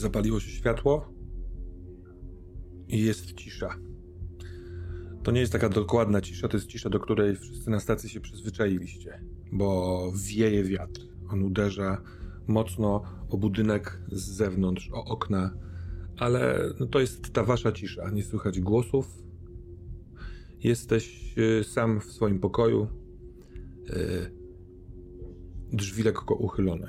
Zapaliło się światło i jest cisza. To nie jest taka dokładna cisza, to jest cisza, do której wszyscy na stacji się przyzwyczailiście, bo wieje wiatr. On uderza mocno o budynek z zewnątrz, o okna, ale to jest ta wasza cisza. Nie słychać głosów. Jesteś sam w swoim pokoju. Drzwi lekko uchylone.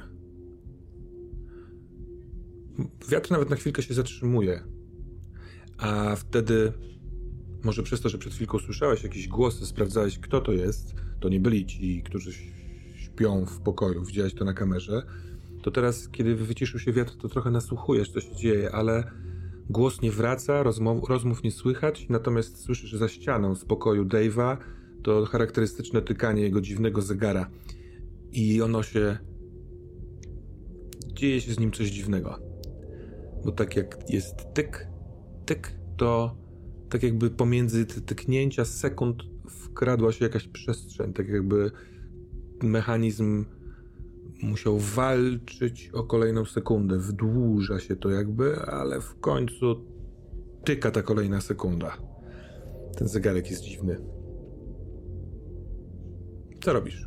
Wiatr nawet na chwilkę się zatrzymuje, a wtedy, może przez to, że przed chwilką słyszałeś jakieś głosy, sprawdzałeś, kto to jest, to nie byli ci, którzy śpią w pokoju, widziałeś to na kamerze, to teraz, kiedy wyciszył się wiatr, to trochę nasłuchujesz, co się dzieje, ale głos nie wraca, rozmów nie słychać, natomiast słyszysz za ścianą z pokoju Dave'a to charakterystyczne tykanie jego dziwnego zegara i dzieje się z nim coś dziwnego, bo tak jak jest tyk, tyk, to tak jakby pomiędzy te tyknięcia sekund wkradła się jakaś przestrzeń, tak jakby mechanizm musiał walczyć o kolejną sekundę, wydłuża się to jakby, ale w końcu tyka ta kolejna sekunda. Ten zegarek jest dziwny. Co robisz?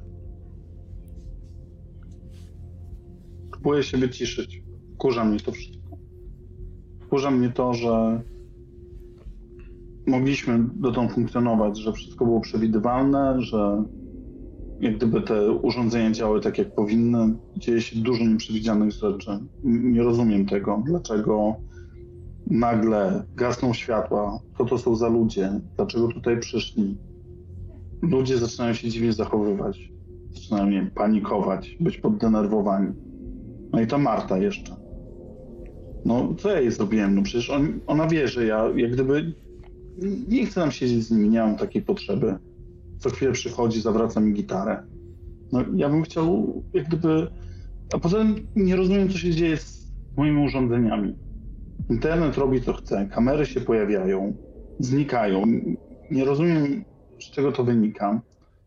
Próbuję się wyciszyć. Wkurza mnie to wszystko. Wkurza mnie to, że mogliśmy dotąd funkcjonować, że wszystko było przewidywalne, że jak gdyby te urządzenia działały tak, jak powinny. Dzieje się dużo nieprzewidzianych rzeczy. Nie rozumiem tego. Dlaczego nagle gasną światła? Co to są za ludzie? Dlaczego tutaj przyszli? Ludzie zaczynają się dziwnie zachowywać. Zaczynają, nie wiem, panikować, być poddenerwowani. No i ta Marta jeszcze. No, co ja jej zrobiłem? No przecież ona wie, że ja jak gdyby nie chcę nam siedzieć z nimi, nie mam takiej potrzeby. Co chwilę przychodzi, zawraca mi gitarę. No, ja bym chciał jak gdyby... A poza tym nie rozumiem, co się dzieje z moimi urządzeniami. Internet robi, co chce, kamery się pojawiają, znikają. Nie rozumiem, z czego to wynika.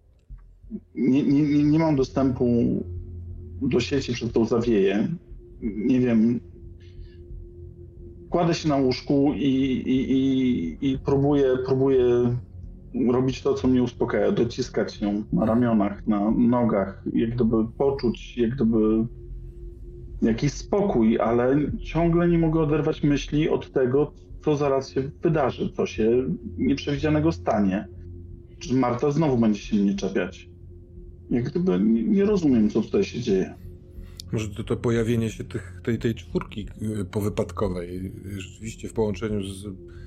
Nie mam dostępu do sieci, przez to zawieję. Nie wiem. Kładę się na łóżku i próbuję robić to, co mnie uspokaja, dociskać się na ramionach, na nogach, jak gdyby poczuć, jak gdyby jakiś spokój, ale ciągle nie mogę oderwać myśli od tego, co zaraz się wydarzy, co się nieprzewidzianego stanie. Czy Marta znowu będzie się mnie czepiać? Jak gdyby nie rozumiem, co tutaj się dzieje. Może to pojawienie się tej czwórki powypadkowej, rzeczywiście w połączeniu z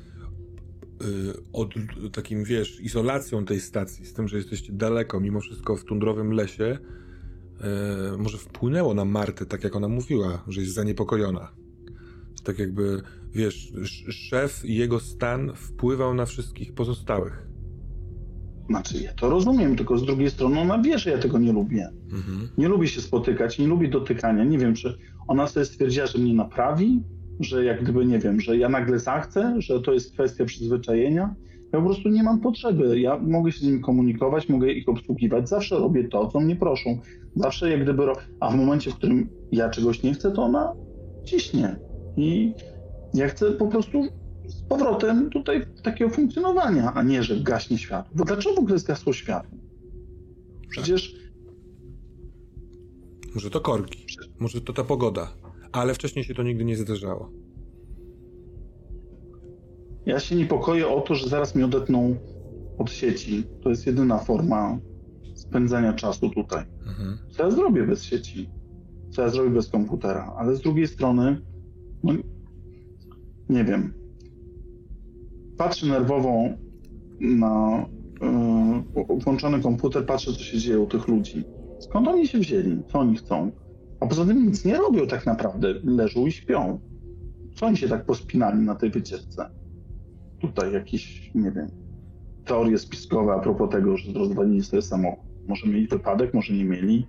takim, wiesz, izolacją tej stacji, z tym, że jesteście daleko, mimo wszystko w tundrowym lesie, może wpłynęło na Martę, tak jak ona mówiła, że jest zaniepokojona. Tak jakby, wiesz, szef i jego stan wpływał na wszystkich pozostałych. Znaczy, ja to rozumiem, tylko z drugiej strony ona wie, że ja tego nie lubię. Mhm. Nie lubię się spotykać, nie lubię dotykania. Nie wiem, czy ona sobie stwierdziła, że mnie naprawi, że jak gdyby, nie wiem, że ja nagle zachcę, że to jest kwestia przyzwyczajenia. Ja po prostu nie mam potrzeby. Ja mogę się z nimi komunikować, mogę ich obsługiwać. Zawsze robię to, co mnie proszą. Zawsze jak gdyby... A w momencie, w którym ja czegoś nie chcę, to ona ciśnie. I ja chcę po prostu z powrotem tutaj takiego funkcjonowania, a nie, że gaśnie światło. Bo dlaczego w ogóle zgasło światło? Przecież... Może to korki, może to ta pogoda, ale wcześniej się to nigdy nie zdarzało. Ja się niepokoję o to, że zaraz mnie odetną od sieci. To jest jedyna forma spędzania czasu tutaj. Mhm. Co ja zrobię bez sieci? Co ja zrobię bez komputera? Ale z drugiej strony, no, nie wiem. Patrzę nerwowo na włączony komputer, patrzę, co się dzieje u tych ludzi. Skąd oni się wzięli? Co oni chcą? A poza tym nic nie robią tak naprawdę. Leżą i śpią. Co oni się tak pospinali na tej wycieczce? Tutaj jakieś, nie wiem, teorie spiskowe a propos tego, że rozwalili sobie samochód. Może mieli wypadek, może nie mieli.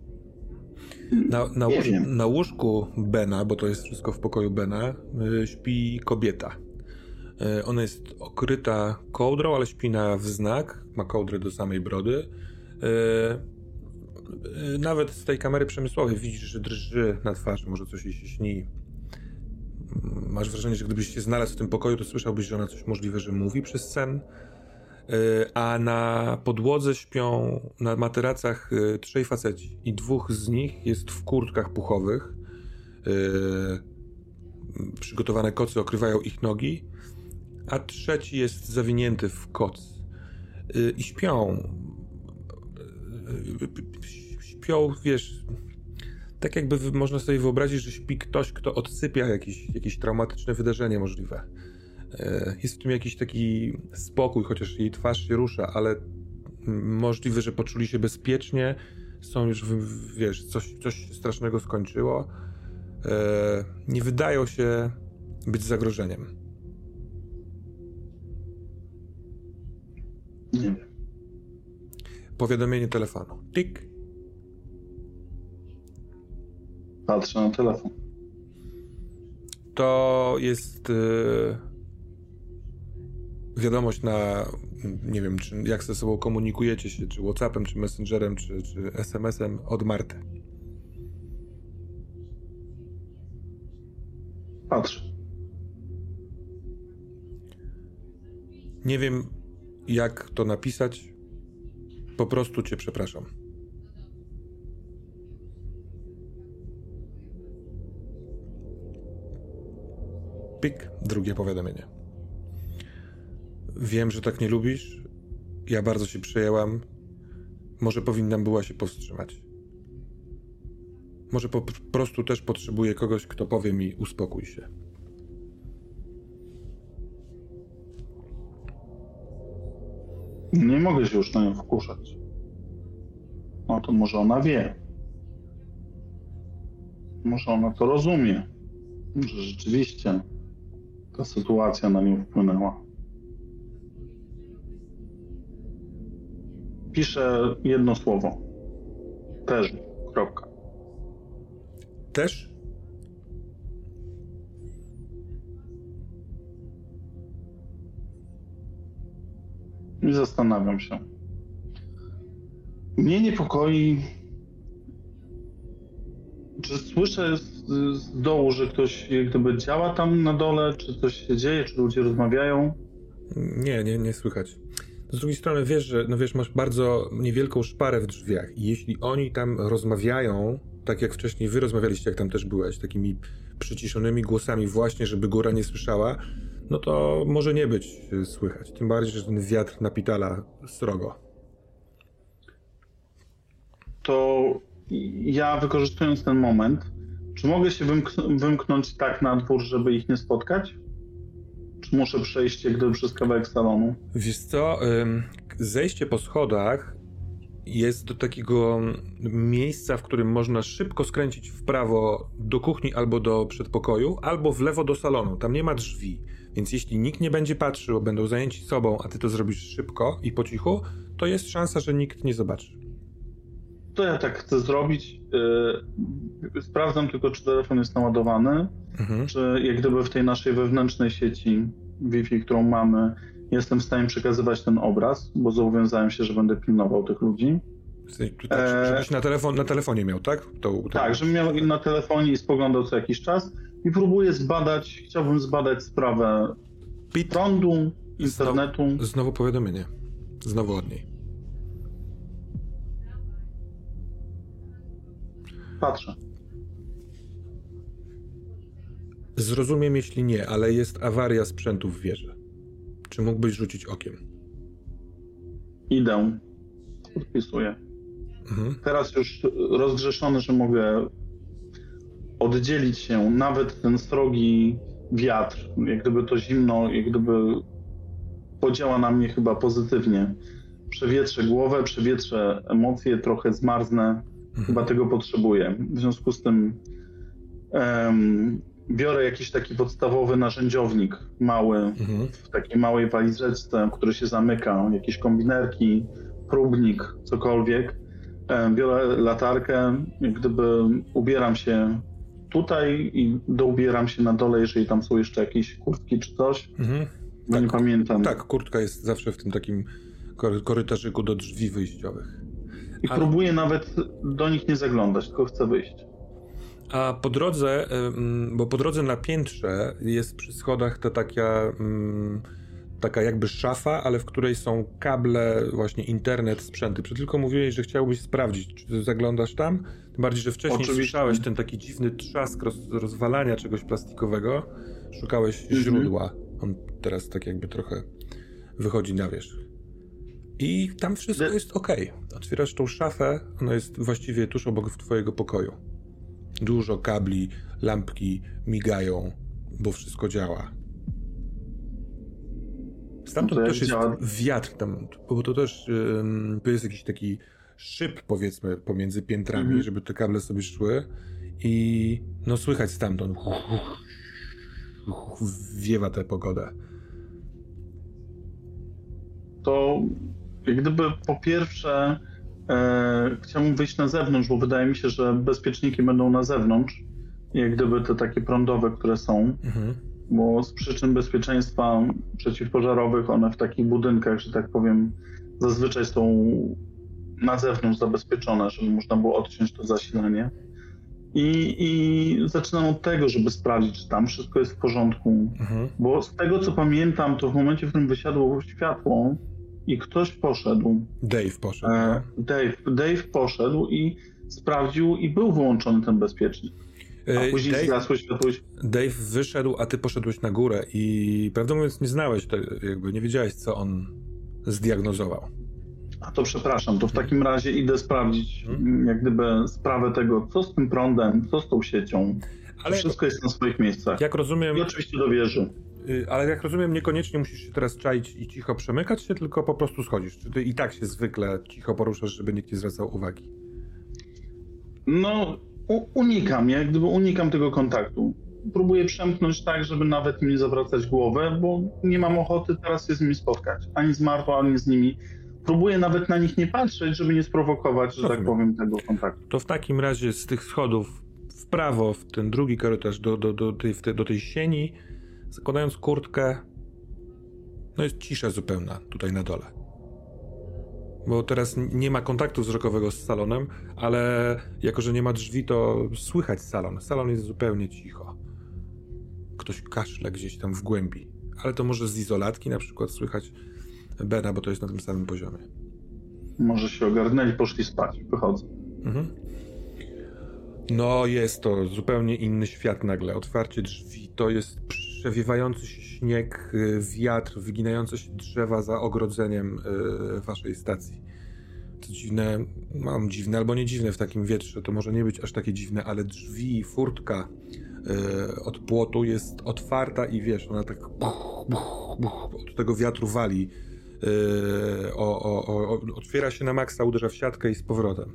Na łóżku Bena, bo to jest wszystko w pokoju Bena, śpi kobieta. Ona jest okryta kołdrą, ale śpi na wznak. Ma kołdrę do samej brody. Nawet z tej kamery przemysłowej widzisz, że drży na twarzy. Może coś jej się śni. masz wrażenie, że gdybyś się znalazł w tym pokoju, to słyszałbyś, że ona coś możliwe, że mówi przez sen. A na podłodze śpią na materacach 3 faceci i 2 z nich jest w kurtkach puchowych. Przygotowane kocy okrywają ich nogi, a 3 jest zawinięty w koc. I śpią, wiesz, tak jakby można sobie wyobrazić, że śpi ktoś, kto odsypia jakieś traumatyczne wydarzenie możliwe. Jest w tym jakiś taki spokój, chociaż jej twarz się rusza, ale możliwe, że poczuli się bezpiecznie, są już, wiesz, coś strasznego skończyło. Nie wydają się być zagrożeniem. Nie wiem. Powiadomienie telefonu. Tik. Patrzę na telefon. To jest wiadomość na, nie wiem, czy jak ze sobą komunikujecie się, czy WhatsAppem, czy Messengerem, czy SMS-em od Marty. Patrzę. Nie wiem, jak to napisać. Po prostu cię przepraszam. Pik, drugie powiadomienie. Wiem, że tak nie lubisz. Ja bardzo się przejęłam. Może powinnam była się powstrzymać. Może po prostu też potrzebuję kogoś, kto powie mi, uspokój się. Nie mogę się już na nią wkurzać. No to może ona wie. Może ona to rozumie. Że rzeczywiście ta sytuacja na nią wpłynęła. Piszę jedno słowo. Też. Kropka. Też? I zastanawiam się. Mnie niepokoi, czy słyszę z dołu, że ktoś jak gdyby działa tam na dole, czy coś się dzieje, czy ludzie rozmawiają? Nie słychać. Z drugiej strony wiesz, że masz bardzo niewielką szparę w drzwiach i jeśli oni tam rozmawiają, tak jak wcześniej wy rozmawialiście, jak tam też byłeś, takimi przyciszonymi głosami właśnie, żeby góra nie słyszała, no to może nie być słychać. Tym bardziej, że ten wiatr napitala srogo. To ja, wykorzystując ten moment, czy mogę się wymknąć tak na dwór, żeby ich nie spotkać? Czy muszę przejść jak gdyby przez kawałek salonu? Wiesz co, zejście po schodach jest do takiego miejsca, w którym można szybko skręcić w prawo do kuchni albo do przedpokoju, albo w lewo do salonu. Tam nie ma drzwi, więc jeśli nikt nie będzie patrzył, będą zajęci sobą, a ty to zrobisz szybko i po cichu, to jest szansa, że nikt nie zobaczy. To ja tak chcę zrobić. Sprawdzam tylko, czy telefon jest naładowany, czy jak gdyby w tej naszej wewnętrznej sieci Wi-Fi, którą mamy, jestem w stanie przekazywać ten obraz, bo zobowiązałem się, że będę pilnował tych ludzi. Tak, żebyś na telefonie miał, tak? Tak, żebym miał na telefonie i spoglądał co jakiś czas i próbuję chciałbym zbadać sprawę prądu, internetu. Znowu powiadomienie. Znowu od niej. Patrzę. Zrozumiem, jeśli nie, ale jest awaria sprzętu w wieży. Czy mógłbyś rzucić okiem? Idę. Podpisuję. Teraz już rozgrzeszony, że mogę oddzielić się. Nawet ten srogi wiatr, jak gdyby to zimno, jak gdyby podziała na mnie chyba pozytywnie. Przewietrzę głowę, przewietrzę emocje, trochę zmarznę. Chyba tego potrzebuję. W związku z tym biorę jakiś taki podstawowy narzędziownik mały, w takiej małej walizeczce, który się zamyka, jakieś kombinerki, próbnik, cokolwiek. Biorę latarkę, jak gdyby ubieram się tutaj i doubieram się na dole, jeżeli tam są jeszcze jakieś kurtki czy coś, bo tak, nie pamiętam. Tak, kurtka jest zawsze w tym takim korytarzyku do drzwi wyjściowych. I próbuję nawet do nich nie zaglądać, tylko chcę wyjść. A po drodze, bo po drodze na piętrze jest przy schodach to taka jakby szafa, ale w której są kable, właśnie internet, sprzęty. Przed tylko mówiłeś, że chciałbyś sprawdzić, czy ty zaglądasz tam? Tym bardziej, że wcześniej Oczywiście. słyszałeś ten taki dziwny trzask rozwalania czegoś plastikowego. Szukałeś źródła. On teraz tak jakby trochę wychodzi na wierzch. I tam wszystko jest okej. Otwierasz tą szafę, ona jest właściwie tuż obok twojego pokoju. Dużo kabli, lampki migają, bo wszystko działa. Stamtąd też jest wiatr tam, bo to też to jest jakiś taki szyb, powiedzmy, pomiędzy piętrami, żeby te kable sobie szły i no słychać stamtąd wiewa tę pogodę. To jak gdyby po pierwsze chciałbym wyjść na zewnątrz, bo wydaje mi się, że bezpieczniki będą na zewnątrz, jak gdyby te takie prądowe, które są, bo z przyczyn bezpieczeństwa przeciwpożarowych one w takich budynkach, że tak powiem, zazwyczaj są na zewnątrz zabezpieczone, żeby można było odciąć to zasilanie. I zaczynam od tego, żeby sprawdzić, czy tam wszystko jest w porządku, bo z tego co pamiętam, to w momencie, w którym wysiadło światło i ktoś poszedł. Dave poszedł. Dave poszedł i sprawdził i był wyłączony ten bezpiecznik. A później zgasło światło. Dave wyszedł, a ty poszedłeś na górę i prawdę mówiąc nie znałeś, jakby nie wiedziałeś, co on zdiagnozował. A to przepraszam, to w takim razie idę sprawdzić jak gdyby sprawę tego, co z tym prądem, co z tą siecią. Ale wszystko jest na swoich miejscach. Jak rozumiem, i oczywiście do wieży. Ale jak rozumiem, niekoniecznie musisz się teraz czaić i cicho przemykać się, tylko po prostu schodzisz. Czy ty i tak się zwykle cicho poruszasz, żeby nikt nie zwracał uwagi? No, unikam tego kontaktu. Próbuję przemknąć tak, żeby nawet im nie zawracać głowę, bo nie mam ochoty teraz się z nimi spotkać. Ani z Martą, ani z nimi. Próbuję nawet na nich nie patrzeć, żeby nie sprowokować, że tak powiem, tego kontaktu. To w takim razie z tych schodów w prawo, w ten drugi korytarz do tej sieni, zakładając kurtkę, no jest cisza zupełna tutaj na dole. Bo teraz nie ma kontaktu wzrokowego z salonem, ale jako, że nie ma drzwi, to słychać salon. Salon jest zupełnie cicho. Ktoś kaszle gdzieś tam w głębi. Ale to może z izolatki na przykład słychać Bena, bo to jest na tym samym poziomie. Może się ogarnęli, poszli spać. Wychodzę. No jest to zupełnie inny świat nagle. Otwarcie drzwi, to jest przewiewający się śnieg, wiatr, wyginające się drzewa za ogrodzeniem waszej stacji. To dziwne, dziwne albo nie dziwne w takim wietrze, to może nie być aż takie dziwne, ale drzwi, furtka od płotu jest otwarta i wiesz, ona tak od tego wiatru wali. Otwiera się na maksa, uderza w siatkę i z powrotem.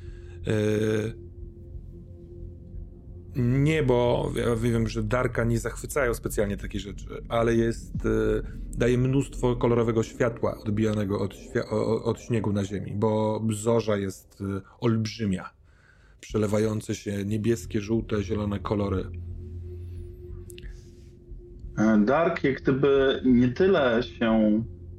Niebo, ja wiem, że Darka nie zachwycają specjalnie takie rzeczy, ale daje mnóstwo kolorowego światła odbijanego od śniegu na ziemi, bo zorza jest olbrzymia. Przelewające się niebieskie, żółte, zielone kolory. Dark jak gdyby nie tyle się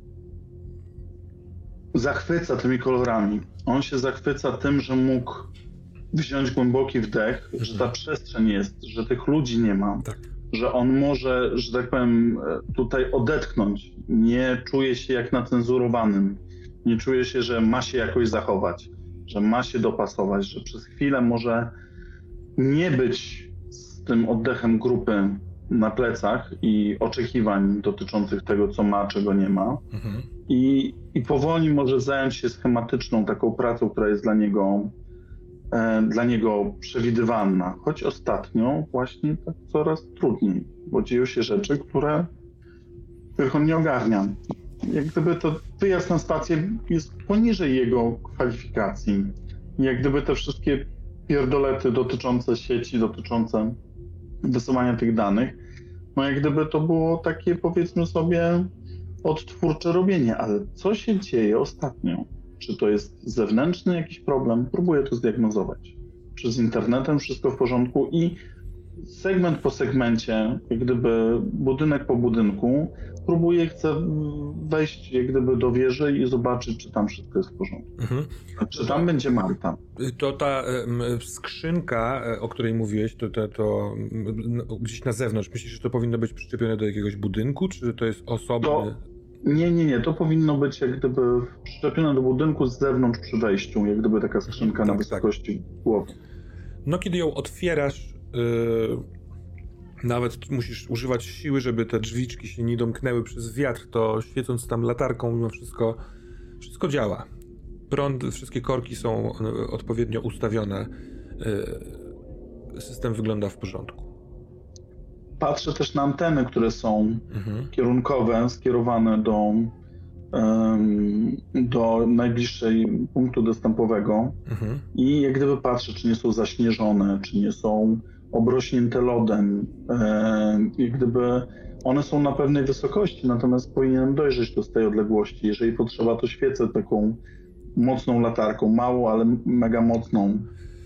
zachwyca tymi kolorami. On się zachwyca tym, że mógł wziąć głęboki wdech, że ta przestrzeń jest, że tych ludzi nie ma, że on może, że tak powiem, tutaj odetchnąć. Nie czuje się jak nacenzurowanym. Nie czuje się, że ma się jakoś zachować, że ma się dopasować, że przez chwilę może nie być z tym oddechem grupy na plecach i oczekiwań dotyczących tego, co ma, czego nie ma. I powoli może zająć się schematyczną taką pracą, która jest dla niego przewidywalna. Choć ostatnio właśnie tak coraz trudniej, bo dzieją się rzeczy, których on nie ogarnia. Jak gdyby to wyjazd na stację jest poniżej jego kwalifikacji. Jak gdyby te wszystkie pierdolety dotyczące sieci, dotyczące wysyłania tych danych, no jak gdyby to było takie, powiedzmy sobie, odtwórcze robienie, ale co się dzieje ostatnio? Czy to jest zewnętrzny jakiś problem? Próbuję to zdiagnozować. Czy z internetem wszystko w porządku? I segment po segmencie, jak gdyby budynek po budynku, chcę wejść jak gdyby do wieży i zobaczyć, czy tam wszystko jest w porządku. Czy tam będzie Marta. To ta skrzynka, o której mówiłeś, to gdzieś na zewnątrz, myślisz, że to powinno być przyczepione do jakiegoś budynku, czy to jest osobny... Nie, to powinno być jak gdyby przyczepione do budynku z zewnątrz przy wejściu, jak gdyby taka skrzynka na wysokości głowy. No kiedy ją otwierasz, nawet musisz używać siły, żeby te drzwiczki się nie domknęły przez wiatr, to świecąc tam latarką mimo wszystko działa. Prąd, wszystkie korki są odpowiednio ustawione. System wygląda w porządku. Patrzę też na anteny, które są kierunkowe, skierowane do najbliższej punktu dostępowego i jak gdyby patrzę, czy nie są zaśnieżone, czy nie są obrośnięte lodem. Jak gdyby one są na pewnej wysokości, natomiast powinienem dojrzeć do tej odległości. Jeżeli potrzeba, to świecę taką mocną latarką, małą, ale mega mocną,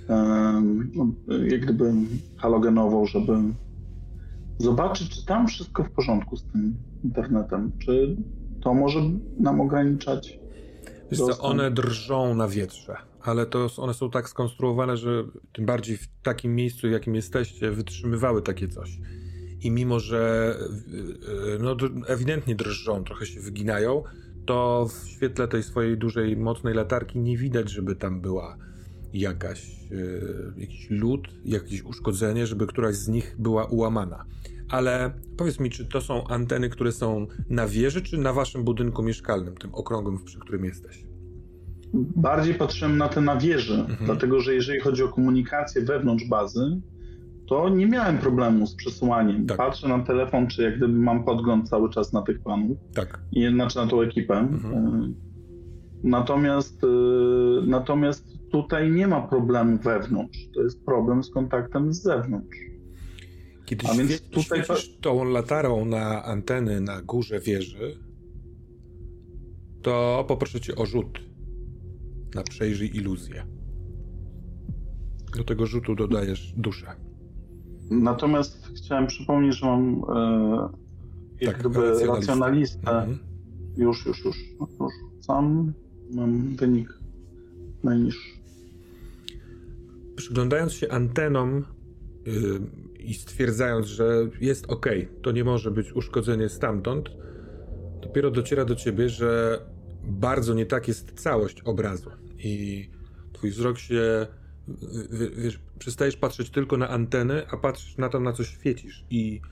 jak gdyby halogenową, żeby zobaczyć, czy tam wszystko w porządku z tym internetem, czy to może nam ograniczać. Wiesz co, one drżą na wietrze, ale one są tak skonstruowane, że tym bardziej w takim miejscu, w jakim jesteście, wytrzymywały takie coś. I mimo, że ewidentnie drżą, trochę się wyginają, to w świetle tej swojej dużej, mocnej latarki nie widać, żeby tam była jakiś lód, jakieś uszkodzenie, żeby któraś z nich była ułamana. Ale powiedz mi, czy to są anteny, które są na wieży, czy na waszym budynku mieszkalnym, tym okrągłym, przy którym jesteś? Bardziej patrzyłem na te na wieży, dlatego że jeżeli chodzi o komunikację wewnątrz bazy, to nie miałem problemu z przesyłaniem. Tak. Patrzę na telefon, czy jak gdyby mam podgląd cały czas na tych panów, znaczy na tą ekipę. Natomiast tutaj nie ma problemu wewnątrz, to jest problem z kontaktem z zewnątrz. Kiedy świecisz tą latarą na anteny na górze wieży, to poproszę cię o rzut na przejrzyj iluzję. Do tego rzutu dodajesz duszę. Natomiast chciałem przypomnieć, że mam racjonalistę. Już. Sam mam wynik najniższy. Przyglądając się antenom i stwierdzając, że jest okej, to nie może być uszkodzenie stamtąd, dopiero dociera do ciebie, że bardzo nie tak jest całość obrazu. I twój wzrok się... przestajesz patrzeć tylko na anteny, a patrzysz na to, na co świecisz. I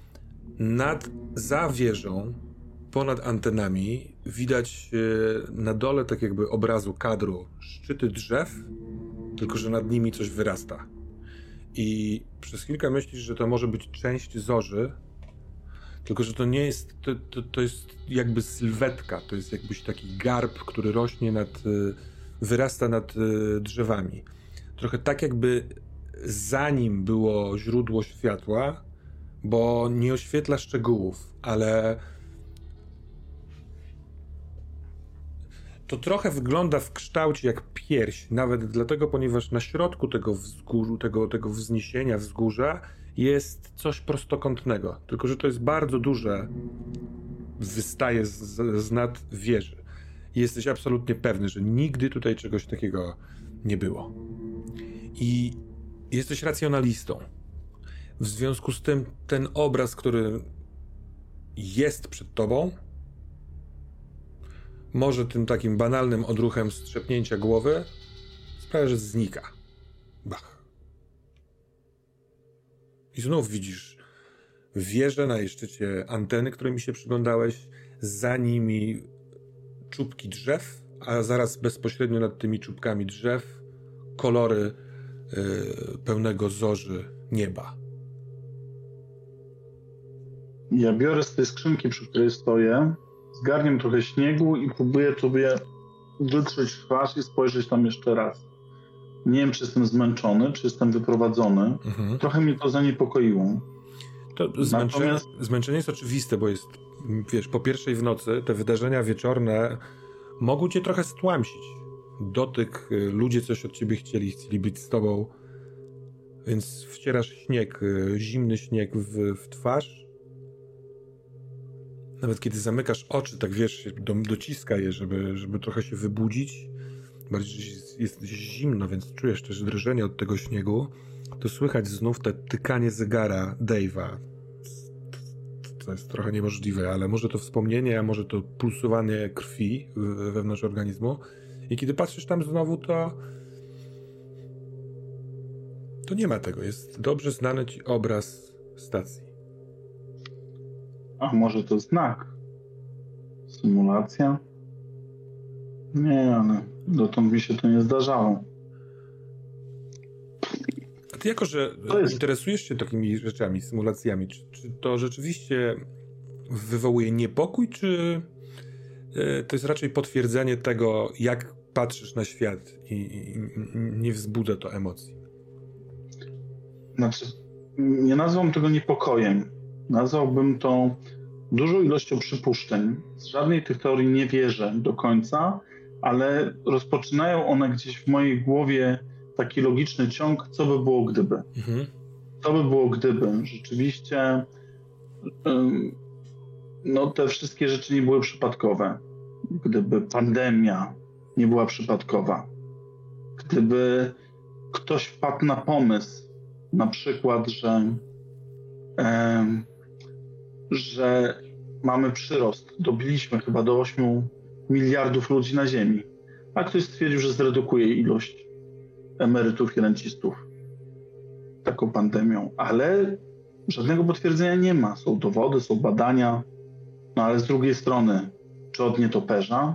za wieżą, ponad antenami, widać na dole tak jakby obrazu kadru szczyty drzew, tylko że nad nimi coś wyrasta. I przez chwilkę myślisz, że to może być część zorzy, tylko że to nie jest, to jest jakby sylwetka, to jest jakbyś taki garb, który rośnie wyrasta nad drzewami. Trochę tak jakby za nim było źródło światła, bo nie oświetla szczegółów, ale to trochę wygląda w kształcie jak pierś, nawet dlatego, ponieważ na środku tego wzgórzu, tego wzniesienia, wzgórza jest coś prostokątnego, tylko że to jest bardzo duże, wystaje z nad wieży. I jesteś absolutnie pewny, że nigdy tutaj czegoś takiego nie było. I jesteś racjonalistą. W związku z tym ten obraz, który jest przed tobą, może tym takim banalnym odruchem strzepnięcia głowy sprawia, że znika. Bach. I znów widzisz wieżę, na jej szczycie anteny, którymi się przyglądałeś, za nimi czubki drzew, a zaraz bezpośrednio nad tymi czubkami drzew kolory pełnego zorzy nieba. Ja biorę z tej skrzynki, przy której stoję, zgarniam trochę śniegu i próbuję sobie wytrzeć twarz i spojrzeć tam jeszcze raz. Nie wiem, czy jestem zmęczony, czy jestem wyprowadzony. Trochę mnie to zaniepokoiło. To zmęczenie jest oczywiste, bo jest, wiesz, po pierwszej w nocy te wydarzenia wieczorne mogą cię trochę stłamsić. Dotyk, ludzie coś od ciebie chcieli być z tobą, Więc wcierasz śnieg, zimny śnieg w twarz. Nawet kiedy zamykasz oczy, tak wiesz, dociska je, żeby trochę się wybudzić. Bardziej jest zimno, więc czujesz też drżenie od tego śniegu. To słychać znów te tykanie zegara Dave'a. To jest trochę niemożliwe, ale może to wspomnienie, a może to pulsowanie krwi wewnątrz organizmu. I kiedy patrzysz tam znowu, to nie ma tego. Jest dobrze znany ci obraz stacji. A może to znak? Symulacja? Nie, ale dotąd mi się to nie zdarzało. A ty jako, że interesujesz się takimi rzeczami, symulacjami, czy to rzeczywiście wywołuje niepokój, czy to jest raczej potwierdzenie tego, jak patrzysz na świat i nie wzbudza to emocji? Znaczy, nie nazwałbym tego niepokojem. Nazwałbym to dużą ilością przypuszczeń. Z żadnej tych teorii nie wierzę do końca, ale rozpoczynają one gdzieś w mojej głowie taki logiczny ciąg, co by było gdyby. Mhm. Co by było gdyby rzeczywiście te wszystkie rzeczy nie były przypadkowe. Gdyby pandemia nie była przypadkowa. Gdyby ktoś wpadł na pomysł, na przykład, że mamy przyrost, dobiliśmy chyba do 8 miliardów ludzi na Ziemi, a ktoś stwierdził, że zredukuje ilość emerytów i rencistów taką pandemią, ale żadnego potwierdzenia nie ma. Są dowody, są badania, no ale z drugiej strony, czy od nietoperza,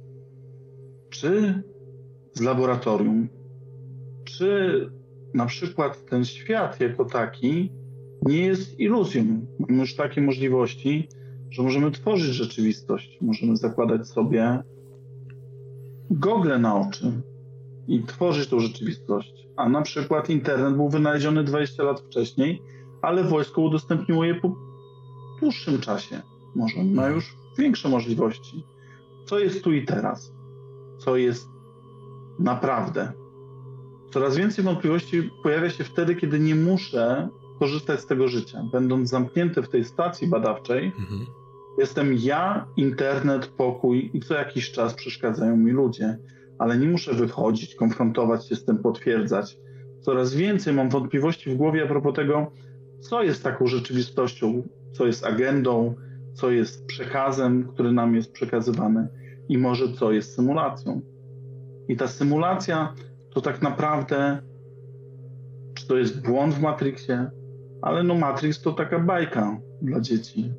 czy z laboratorium, czy na przykład ten świat jako taki nie jest iluzją. Mamy już takie możliwości, że możemy tworzyć rzeczywistość. Możemy zakładać sobie gogle na oczy i tworzyć tą rzeczywistość. A na przykład internet był wynaleziony 20 lat wcześniej, ale wojsko udostępniło je po dłuższym czasie. Może ma już większe możliwości. Co jest tu i teraz? Co jest naprawdę? Coraz więcej wątpliwości pojawia się wtedy, kiedy nie muszę korzystać z tego życia. Będąc zamknięty w tej stacji badawczej, jestem ja, internet, pokój i co jakiś czas przeszkadzają mi ludzie. Ale nie muszę wychodzić, konfrontować się z tym, potwierdzać. Coraz więcej mam wątpliwości w głowie a propos tego, co jest taką rzeczywistością, co jest agendą, co jest przekazem, który nam jest przekazywany i może co jest symulacją. I ta symulacja to tak naprawdę, czy to jest błąd w Matrixie, ale Matrix to taka bajka dla dzieci.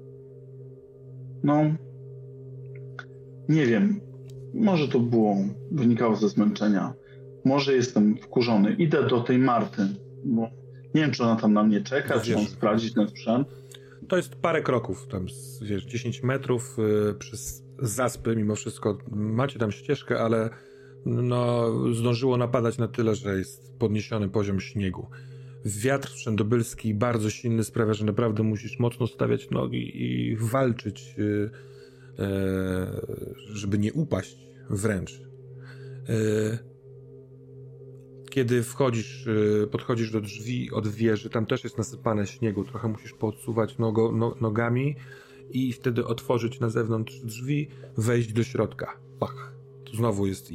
Nie wiem, może to wynikało ze zmęczenia, może jestem wkurzony, idę do tej Marty, bo nie wiem, czy ona tam na mnie czeka, czy mam sprawdzić ten sprzęt. To jest parę kroków, tam 10 metrów przez zaspy, mimo wszystko macie tam ścieżkę, ale zdążyło napadać na tyle, że jest podniesiony poziom śniegu. Wiatr wszędobylski bardzo silny sprawia, że naprawdę musisz mocno stawiać nogi i walczyć, żeby nie upaść wręcz. Kiedy podchodzisz do drzwi od wieży, tam też jest nasypane śniegu, trochę musisz poodsuwać nogami i wtedy otworzyć na zewnątrz drzwi, wejść do środka. Pach. Tu znowu jest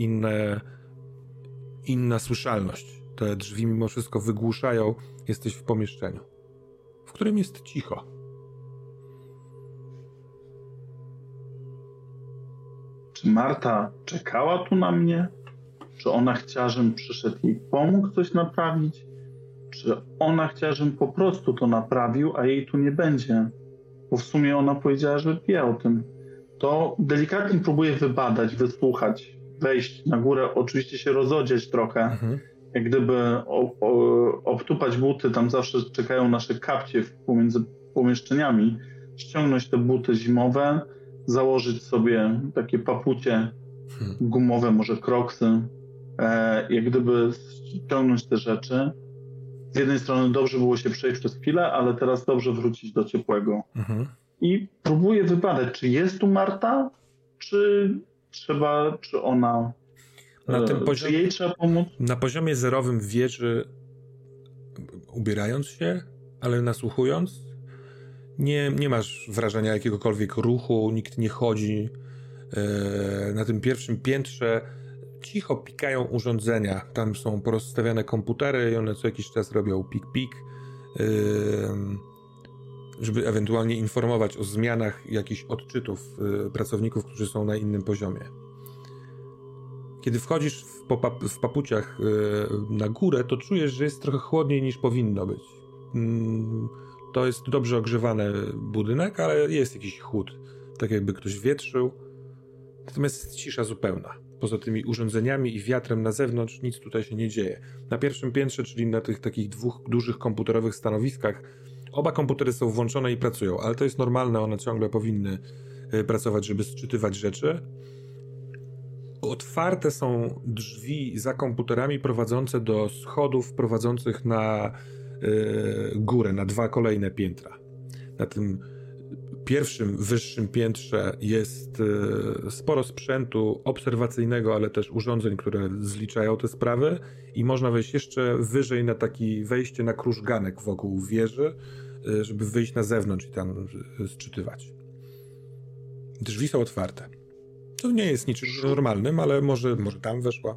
inna słyszalność. Te drzwi mimo wszystko wygłuszają. Jesteś w pomieszczeniu, w którym jest cicho. Czy Marta czekała tu na mnie? Czy ona chciała, żebym przyszedł i pomógł coś naprawić? Czy ona chciała, żebym po prostu to naprawił, a jej tu nie będzie? Bo w sumie ona powiedziała, że wie o tym. To delikatnie próbuję wybadać, wysłuchać, wejść na górę, oczywiście się rozodzieć trochę, jak gdyby obtupać buty, tam zawsze czekają nasze kapcie pomiędzy pomieszczeniami, ściągnąć te buty zimowe, założyć sobie takie papucie gumowe, może kroksy, jak gdyby ściągnąć te rzeczy. Z jednej strony dobrze było się przejść przez chwilę, ale teraz dobrze wrócić do ciepłego. I próbuję wybadać, czy jest tu Marta, czy ona... Na tym czy jej trzeba pomóc? Na poziomie zerowym wieży ubierając się, ale nasłuchując, nie masz wrażenia jakiegokolwiek ruchu, nikt nie chodzi. Na tym pierwszym piętrze cicho pikają urządzenia. Tam są porozstawiane komputery i one co jakiś czas robią pik-pik, żeby ewentualnie informować o zmianach jakichś odczytów pracowników, którzy są na innym poziomie. Kiedy wchodzisz w papuciach na górę, to czujesz, że jest trochę chłodniej niż powinno być. To jest dobrze ogrzewany budynek, ale jest jakiś chłód, tak jakby ktoś wietrzył. Natomiast jest cisza zupełna. Poza tymi urządzeniami i wiatrem na zewnątrz nic tutaj się nie dzieje. Na pierwszym piętrze, czyli na tych takich 2 dużych komputerowych stanowiskach, oba komputery są włączone i pracują, ale to jest normalne, one ciągle powinny pracować, żeby sczytywać rzeczy. Otwarte są drzwi za komputerami prowadzące do schodów prowadzących na górę, na 2 kolejne piętra. Na tym pierwszym, wyższym piętrze jest sporo sprzętu obserwacyjnego, ale też urządzeń, które zliczają te sprawy i można wejść jeszcze wyżej na taki wejście na krużganek wokół wieży, żeby wyjść na zewnątrz i tam sczytywać. Drzwi są otwarte. To nie jest niczym normalnym, ale może tam weszła.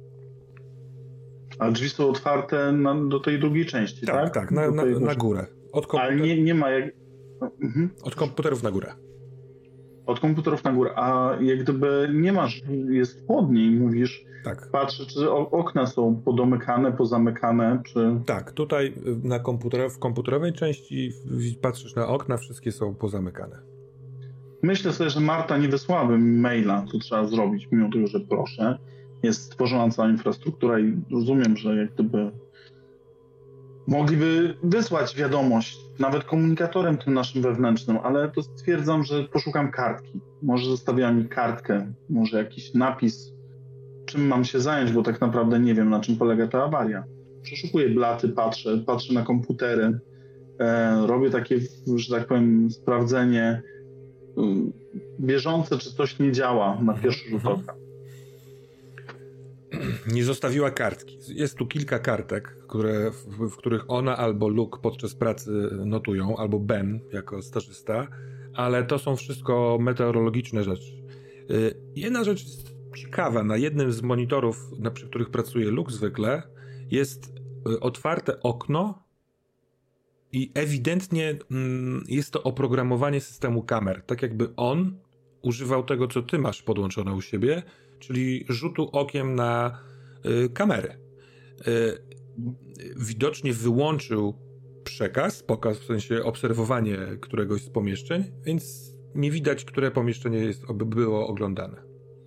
A drzwi są otwarte do tej drugiej części, tak? Tak, na górę. Ale nie ma jak... Od komputerów na górę. Od komputerów na górę, a jak gdyby nie masz, jest chłodniej, mówisz, tak. Patrzę, czy okna są podomykane, pozamykane, czy... Tak, tutaj w komputerowej części patrzysz na okna, wszystkie są pozamykane. Myślę sobie, że Marta nie wysłałaby mi maila, co trzeba zrobić, mimo tego, że proszę. Jest stworzona cała infrastruktura i rozumiem, że jak gdyby mogliby wysłać wiadomość, nawet komunikatorem tym naszym wewnętrznym, ale to stwierdzam, że poszukam kartki. Może zostawiła mi kartkę, może jakiś napis, czym mam się zająć, bo tak naprawdę nie wiem, na czym polega ta awaria. Przeszukuję blaty, patrzę na komputery, robię takie, że tak powiem, sprawdzenie bieżące, czy coś nie działa na pierwszy rzut oka. Nie zostawiła kartki. Jest tu kilka kartek, w których ona albo Luke podczas pracy notują, albo Ben jako stażysta, ale to są wszystko meteorologiczne rzeczy. Jedna rzecz jest ciekawa. Na jednym z monitorów, przy których pracuje Luke zwykle, jest otwarte okno i ewidentnie jest to oprogramowanie systemu kamer. Tak jakby on używał tego, co ty masz podłączone u siebie, czyli rzutu okiem na kamery. Widocznie wyłączył pokaz, w sensie obserwowanie któregoś z pomieszczeń, więc nie widać, które pomieszczenie było oglądane.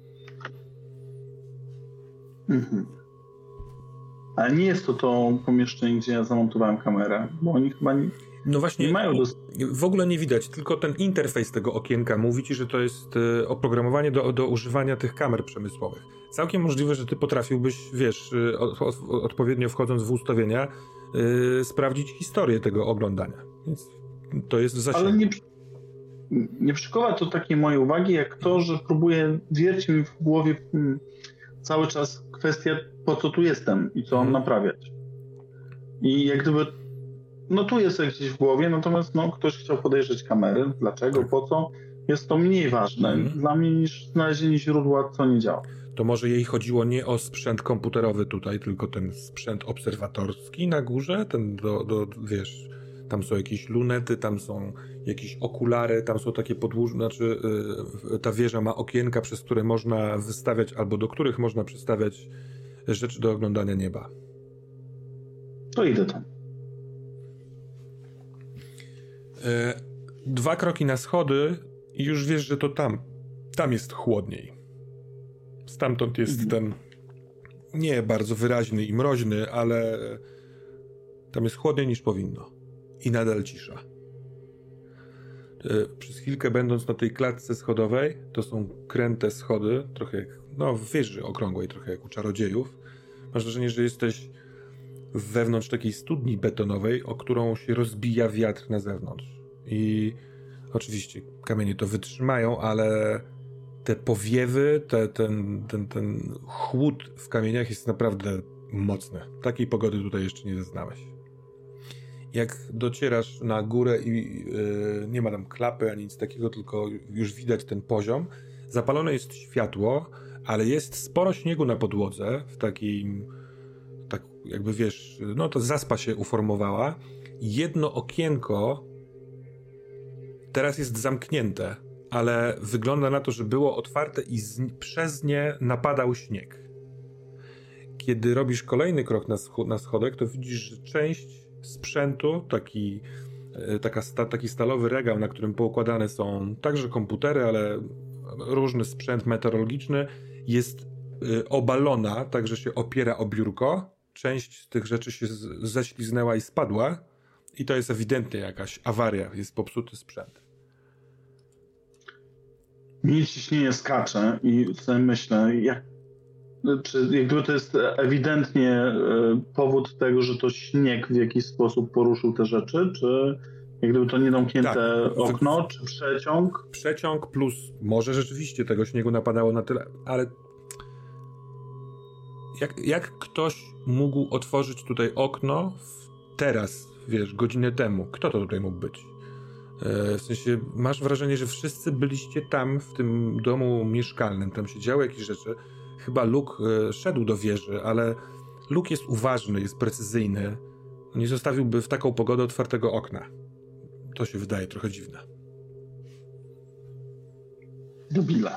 Mhm. Ale nie jest to pomieszczenie, gdzie ja zamontowałem kamerę, bo oni chyba nie mają w ogóle nie widać, tylko ten interfejs tego okienka mówi ci, że to jest oprogramowanie do używania tych kamer przemysłowych. Całkiem możliwe, że ty potrafiłbyś, odpowiednio wchodząc w ustawienia, sprawdzić historię tego oglądania. Więc to jest w zasięgu. Ale nie przykuwa to takiej mojej uwagi, jak to, że próbuję wiercić mi w głowie cały czas kwestia, po co tu jestem i co mam naprawiać. I jak gdyby tu jest gdzieś w głowie, natomiast ktoś chciał podejrzeć kamery. Dlaczego, po co? Jest to mniej ważne dla mnie niż znalezienie źródła, co nie działa. To może jej chodziło nie o sprzęt komputerowy tutaj, tylko ten sprzęt obserwatorski na górze, ten tam są jakieś lunety, tam są jakieś okulary, tam są takie ta wieża ma okienka, przez które można wystawiać, albo do których można przystawiać rzeczy do oglądania nieba. To idę tam. 2 kroki na schody i już wiesz, że to tam jest chłodniej. Stamtąd jest ten nie bardzo wyraźny i mroźny, ale tam jest chłodniej niż powinno. I nadal cisza. Przez chwilkę będąc na tej klatce schodowej, to są kręte schody, trochę jak w wieży okrągłej, trochę jak u czarodziejów. Masz wrażenie, że jesteś wewnątrz takiej studni betonowej, o którą się rozbija wiatr na zewnątrz. I oczywiście kamienie to wytrzymają, ale te powiewy, ten chłód w kamieniach jest naprawdę mocny. Takiej pogody tutaj jeszcze nie zaznałeś. Jak docierasz na górę i nie ma tam klapy ani nic takiego, tylko już widać ten poziom, zapalone jest światło, ale jest sporo śniegu na podłodze, w takim, tak jakby wiesz, no to zaspa się uformowała. Jedno okienko teraz jest zamknięte, ale wygląda na to, że było otwarte i przez nie napadał śnieg. Kiedy robisz kolejny krok na schodek, to widzisz, że część sprzętu, taki stalowy regał, na którym poukładane są także komputery, ale różny sprzęt meteorologiczny, jest obalona, tak że się opiera o biurko. Część z tych rzeczy się ześliznęła i spadła i to jest ewidentnie jakaś awaria, jest popsuty sprzęt. Mnie ciśnienie skacze i sobie myślę, jak gdyby to jest ewidentnie powód tego, że to śnieg w jakiś sposób poruszył te rzeczy, czy jak gdyby to niedomknięte okno, czy przeciąg? Przeciąg plus może rzeczywiście tego śniegu napadało na tyle, ale jak ktoś mógł otworzyć tutaj okno teraz, wiesz, godzinę temu? Kto to tutaj mógł być? W sensie, masz wrażenie, że wszyscy byliście tam, w tym domu mieszkalnym, tam się działy jakieś rzeczy. Chyba Luke szedł do wieży, ale Luke jest uważny, jest precyzyjny. Nie zostawiłby w taką pogodę otwartego okna. To się wydaje trochę dziwne. Debile.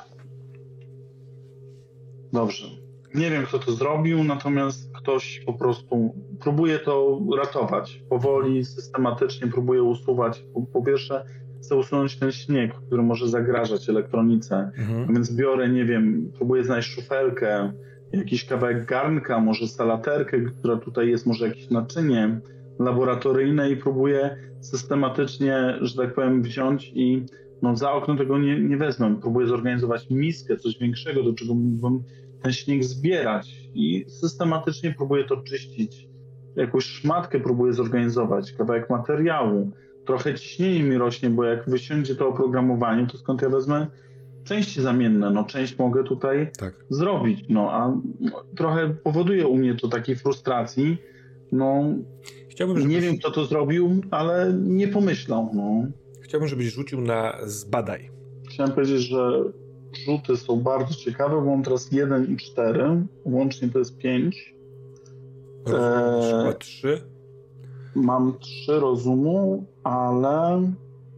Dobrze. Nie wiem, kto to zrobił, natomiast ktoś po prostu próbuje to ratować. Powoli, systematycznie próbuje usuwać. Po pierwsze, chcę usunąć ten śnieg, który może zagrażać elektronice. A więc biorę, nie wiem, próbuję znaleźć szufelkę, jakiś kawałek garnka, może salaterkę, która tutaj jest, może jakieś naczynie laboratoryjne i próbuję systematycznie, że tak powiem, wziąć i za okno tego nie wezmę. Próbuję zorganizować miskę, coś większego, do czego mógłbym ten śnieg zbierać i systematycznie próbuję to czyścić. Jakąś szmatkę próbuję zorganizować, kawałek materiału. Trochę ciśnienie mi rośnie, bo jak wysiądzie to oprogramowanie, to skąd ja wezmę części zamienne? Część mogę tutaj zrobić, a trochę powoduje u mnie to takiej frustracji. Nie wiem, kto to zrobił, ale nie pomyślał. Chciałbym, żebyś rzucił na zbadaj. Chciałem powiedzieć, że rzuty są bardzo ciekawe, bo mam teraz 1 i 4, łącznie to jest 5. Chyba 3. Mam 3 rozumu, ale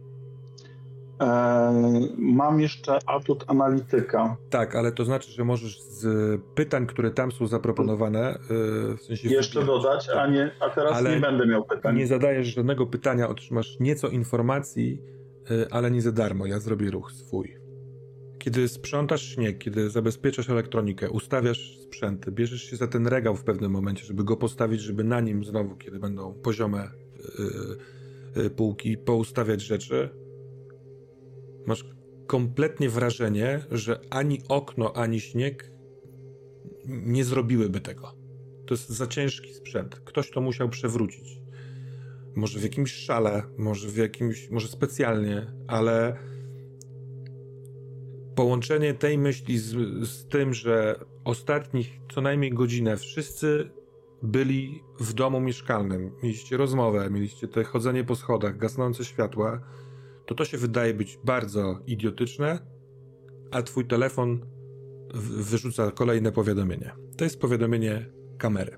mam jeszcze atut analityka. Tak, ale to znaczy, że możesz z pytań, które tam są zaproponowane, w sensie jeszcze dodać, a teraz nie będę miał pytań. Nie zadajesz żadnego pytania, otrzymasz nieco informacji, ale nie za darmo. Ja zrobię ruch swój. Kiedy sprzątasz śnieg, kiedy zabezpieczasz elektronikę, ustawiasz sprzęty, bierzesz się za ten regał w pewnym momencie, żeby go postawić, żeby na nim znowu, kiedy będą poziome półki, poustawiać rzeczy, masz kompletnie wrażenie, że ani okno, ani śnieg nie zrobiłyby tego. To jest za ciężki sprzęt. Ktoś to musiał przewrócić. Może w jakimś szale, może specjalnie, ale połączenie tej myśli z tym, że ostatnich co najmniej godzinę wszyscy byli w domu mieszkalnym, mieliście rozmowę, mieliście te chodzenie po schodach, gasnące światła, to się wydaje być bardzo idiotyczne, a twój telefon wyrzuca kolejne powiadomienie. To jest powiadomienie kamery.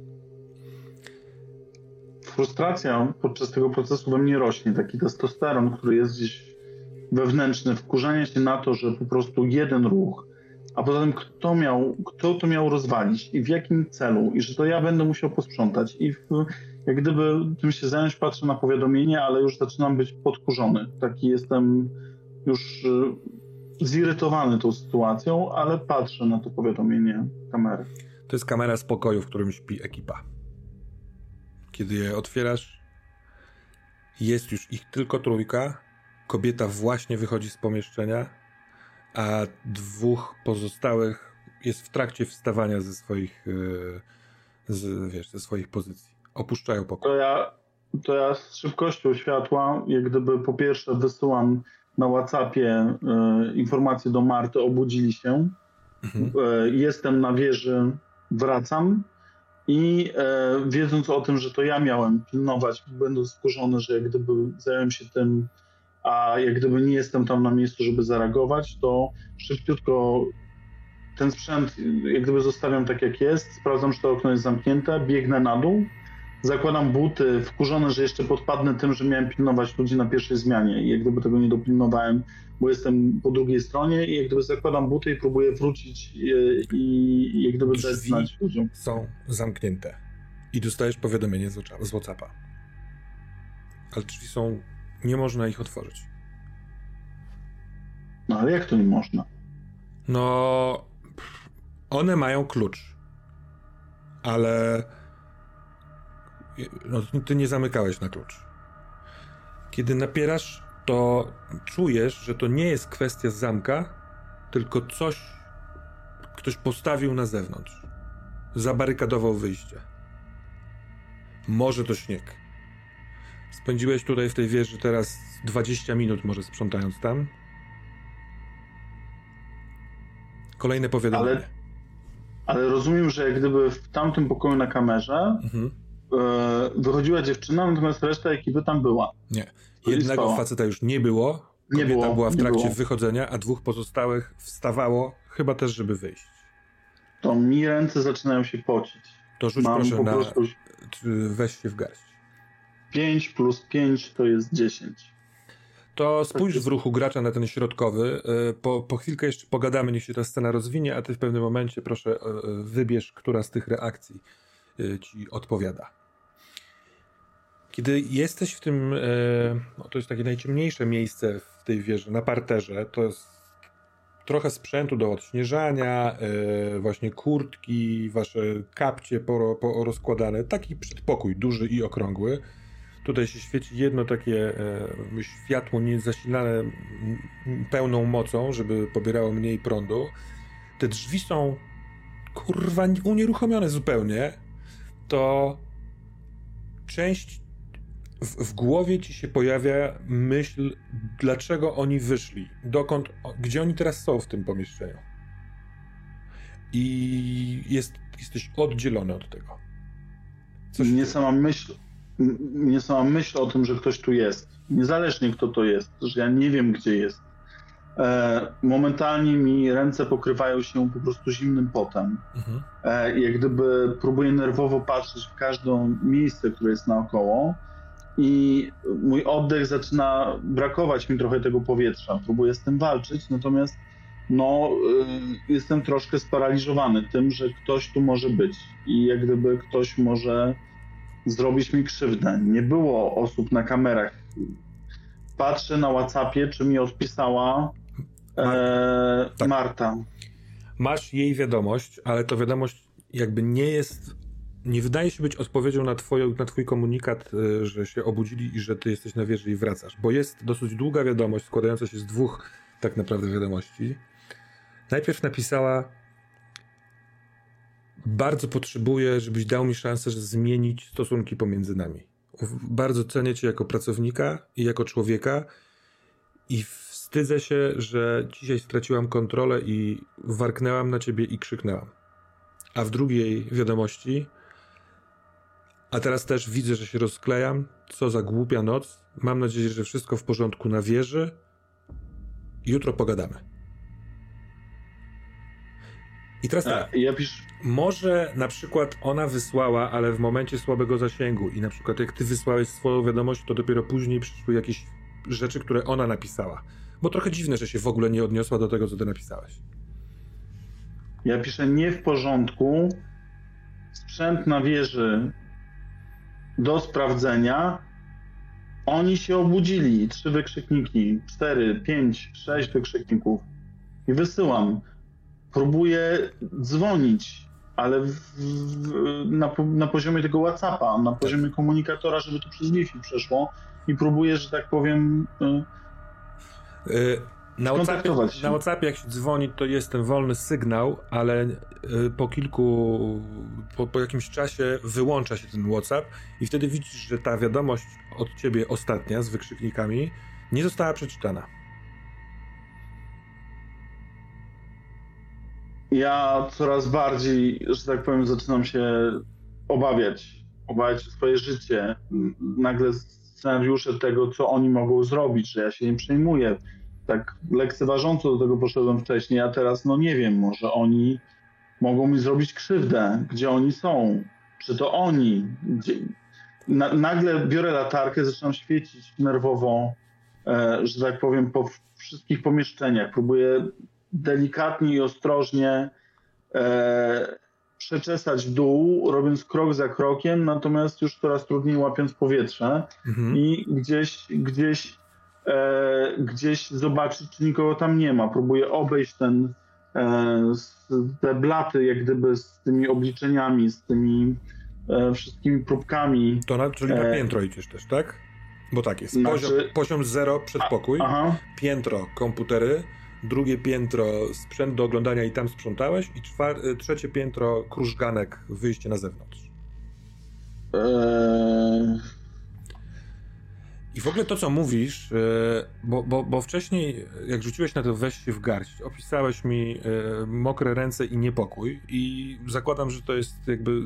Frustracja podczas tego procesu we mnie rośnie, taki testosteron, który jest gdzieś wewnętrzny, wkurzanie się na to, że po prostu jeden ruch, a poza tym kto to miał rozwalić i w jakim celu i że to ja będę musiał posprzątać i jak gdyby tym się zająć, patrzę na powiadomienie, ale już zaczynam być podkurzony. Taki jestem już zirytowany tą sytuacją, ale patrzę na to powiadomienie kamery. To jest kamera z pokoju, w którym śpi ekipa. Kiedy je otwierasz, jest już ich tylko 3. Kobieta właśnie wychodzi z pomieszczenia, a 2 pozostałych jest w trakcie wstawania ze swoich pozycji. Opuszczają pokój. To ja z szybkością światła, jak gdyby po pierwsze wysyłam na WhatsAppie informację do Marty, obudzili się. Jestem na wieży, wracam I wiedząc o tym, że to ja miałem pilnować, będąc wkurzony, że jak gdyby zająłem się tym, a jak gdyby nie jestem tam na miejscu, żeby zareagować, to szybciutko ten sprzęt jak gdyby zostawiam tak jak jest, sprawdzam, czy to okno jest zamknięte, biegnę na dół, zakładam buty, wkurzony, że jeszcze podpadnę tym, że miałem pilnować ludzi na pierwszej zmianie i jak gdyby tego nie dopilnowałem, bo jestem po drugiej stronie i jak gdyby zakładam buty i próbuję wrócić i jak gdyby dać znać ludziom. Są zamknięte i dostajesz powiadomienie z WhatsAppa. Ale drzwi są... nie można ich otworzyć. No ale jak to nie można? No... one mają klucz. Ale... no, ty nie zamykałeś na klucz. Kiedy napierasz, to czujesz, że to nie jest kwestia zamka, tylko ktoś postawił na zewnątrz. Zabarykadował wyjście. Może to śnieg. Spędziłeś tutaj w tej wieży teraz 20 minut może sprzątając tam. Kolejne powiadomienie. Ale rozumiem, że jak gdyby w tamtym pokoju na kamerze wychodziła dziewczyna, natomiast reszta ekipy tam była. Nie. Jednego faceta już nie było. Kobieta była w trakcie wychodzenia, a 2 pozostałych wstawało, chyba też, żeby wyjść. To mi ręce zaczynają się pocić. To rzuć proszę na... weź się w garść. 5 plus 5 to jest 10. To spójrz w ruchu gracza na ten środkowy. Po chwilkę jeszcze pogadamy, niech się ta scena rozwinie, a ty w pewnym momencie proszę wybierz, która z tych reakcji ci odpowiada. Kiedy jesteś w tym, to jest takie najciemniejsze miejsce w tej wieży, na parterze, to jest trochę sprzętu do odśnieżania, właśnie kurtki, wasze kapcie porozkładane, taki przedpokój duży i okrągły. Tutaj się świeci jedno takie światło niezasilane pełną mocą, żeby pobierało mniej prądu. Te drzwi są kurwa unieruchomione zupełnie. To część w głowie ci się pojawia myśl, dlaczego oni wyszli, gdzie oni teraz są w tym pomieszczeniu. I jesteś oddzielony od tego. Mnie sama myśl o tym, że ktoś tu jest, niezależnie kto to jest, że ja nie wiem, gdzie jest. Momentalnie mi ręce pokrywają się po prostu zimnym potem. Jak gdyby próbuję nerwowo patrzeć w każde miejsce, które jest naokoło i mój oddech zaczyna brakować mi trochę tego powietrza. Próbuję z tym walczyć, natomiast jestem troszkę sparaliżowany tym, że ktoś tu może być i jak gdyby ktoś może zrobić mi krzywdę. Nie było osób na kamerach. Patrzę na WhatsAppie, czy mi odpisała tak. Marta. Masz jej wiadomość, ale to wiadomość jakby nie wydaje się być odpowiedzią na twój komunikat, że się obudzili i że ty jesteś na wieży i wracasz, bo jest dosyć długa wiadomość składająca się z 2 tak naprawdę wiadomości. Najpierw napisała: bardzo potrzebuję, żebyś dał mi szansę, żeby zmienić stosunki pomiędzy nami. Bardzo cenię cię jako pracownika i jako człowieka i wstydzę się, że dzisiaj straciłam kontrolę i warknęłam na ciebie i krzyknęłam. A w drugiej wiadomości: a teraz też widzę, że się rozklejam. Co za głupia noc. Mam nadzieję, że wszystko w porządku na wieży. Jutro pogadamy. I teraz tak. Może na przykład ona wysłała, ale w momencie słabego zasięgu i na przykład jak ty wysłałeś swoją wiadomość, to dopiero później przyszły jakieś rzeczy, które ona napisała. Bo trochę dziwne, że się w ogóle nie odniosła do tego, co ty napisałeś. Ja piszę: nie w porządku. Sprzęt na wieży do sprawdzenia. Oni się obudzili. 3 wykrzykniki, 4, 5, 6 wykrzykników. I wysyłam. Próbuję dzwonić, ale na poziomie tego WhatsAppa, na poziomie komunikatora, żeby to przez Wi-Fi przeszło i próbuję, że tak powiem, na WhatsAppie jak się dzwoni, to jest ten wolny sygnał, ale po jakimś czasie wyłącza się ten WhatsApp i wtedy widzisz, że ta wiadomość od ciebie ostatnia z wykrzyknikami nie została przeczytana. Ja coraz bardziej, że tak powiem, zaczynam się obawiać o swoje życie. Nagle scenariusze tego, co oni mogą zrobić, że ja się im przejmuję. Tak lekceważąco do tego poszedłem wcześniej, a teraz no nie wiem, może oni mogą mi zrobić krzywdę. Gdzie oni są? Czy to oni? Nagle biorę latarkę, zaczynam świecić nerwowo, że tak powiem, po wszystkich pomieszczeniach. Próbuję delikatnie i ostrożnie przeczesać w dół, robiąc krok za krokiem, natomiast już coraz trudniej łapiąc powietrze i gdzieś zobaczyć, czy nikogo tam nie ma. Próbuję obejść te blaty, jak gdyby z tymi obliczeniami, z tymi wszystkimi próbkami. Czyli na piętro idziesz też, tak? Bo tak jest. Poziom 0 przedpokój, piętro komputery, drugie piętro sprzęt do oglądania i tam sprzątałeś i trzecie piętro krużganek, wyjście na zewnątrz. I w ogóle to, co mówisz, bo wcześniej, jak rzuciłeś na to weź się w garść, opisałeś mi mokre ręce i niepokój i zakładam, że to jest jakby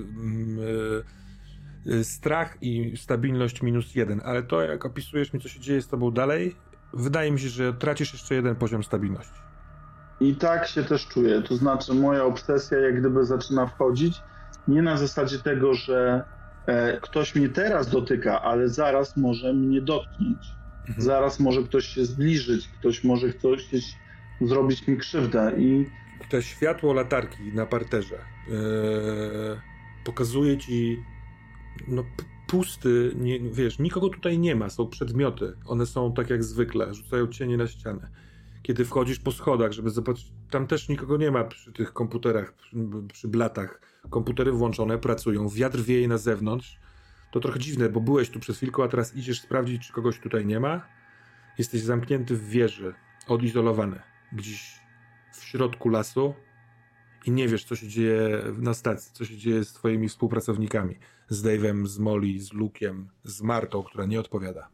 strach i stabilność -1, ale to, jak opisujesz mi, co się dzieje z tobą dalej, wydaje mi się, że tracisz jeszcze jeden poziom stabilności. I tak się też czuję, to znaczy moja obsesja jak gdyby zaczyna wchodzić, nie na zasadzie tego, że ktoś mnie teraz dotyka, ale zaraz może mnie dotknąć. Zaraz może ktoś się zbliżyć, ktoś może chcieć zrobić mi krzywdę i... To światło latarki na parterze pokazuje ci pusty, wiesz, nikogo tutaj nie ma, są przedmioty, one są tak jak zwykle, rzucają cienie na ścianę. Kiedy wchodzisz po schodach, żeby zobaczyć, tam też nikogo nie ma przy tych komputerach, przy blatach. Komputery włączone, pracują, wiatr wieje na zewnątrz. To trochę dziwne, bo byłeś tu przez chwilkę, a teraz idziesz sprawdzić, czy kogoś tutaj nie ma. Jesteś zamknięty w wieży, odizolowany, gdzieś w środku lasu i nie wiesz, co się dzieje na stacji, co się dzieje z twoimi współpracownikami. Z Dave'em, z Molly, z Luke'iem, z Martą, która nie odpowiada.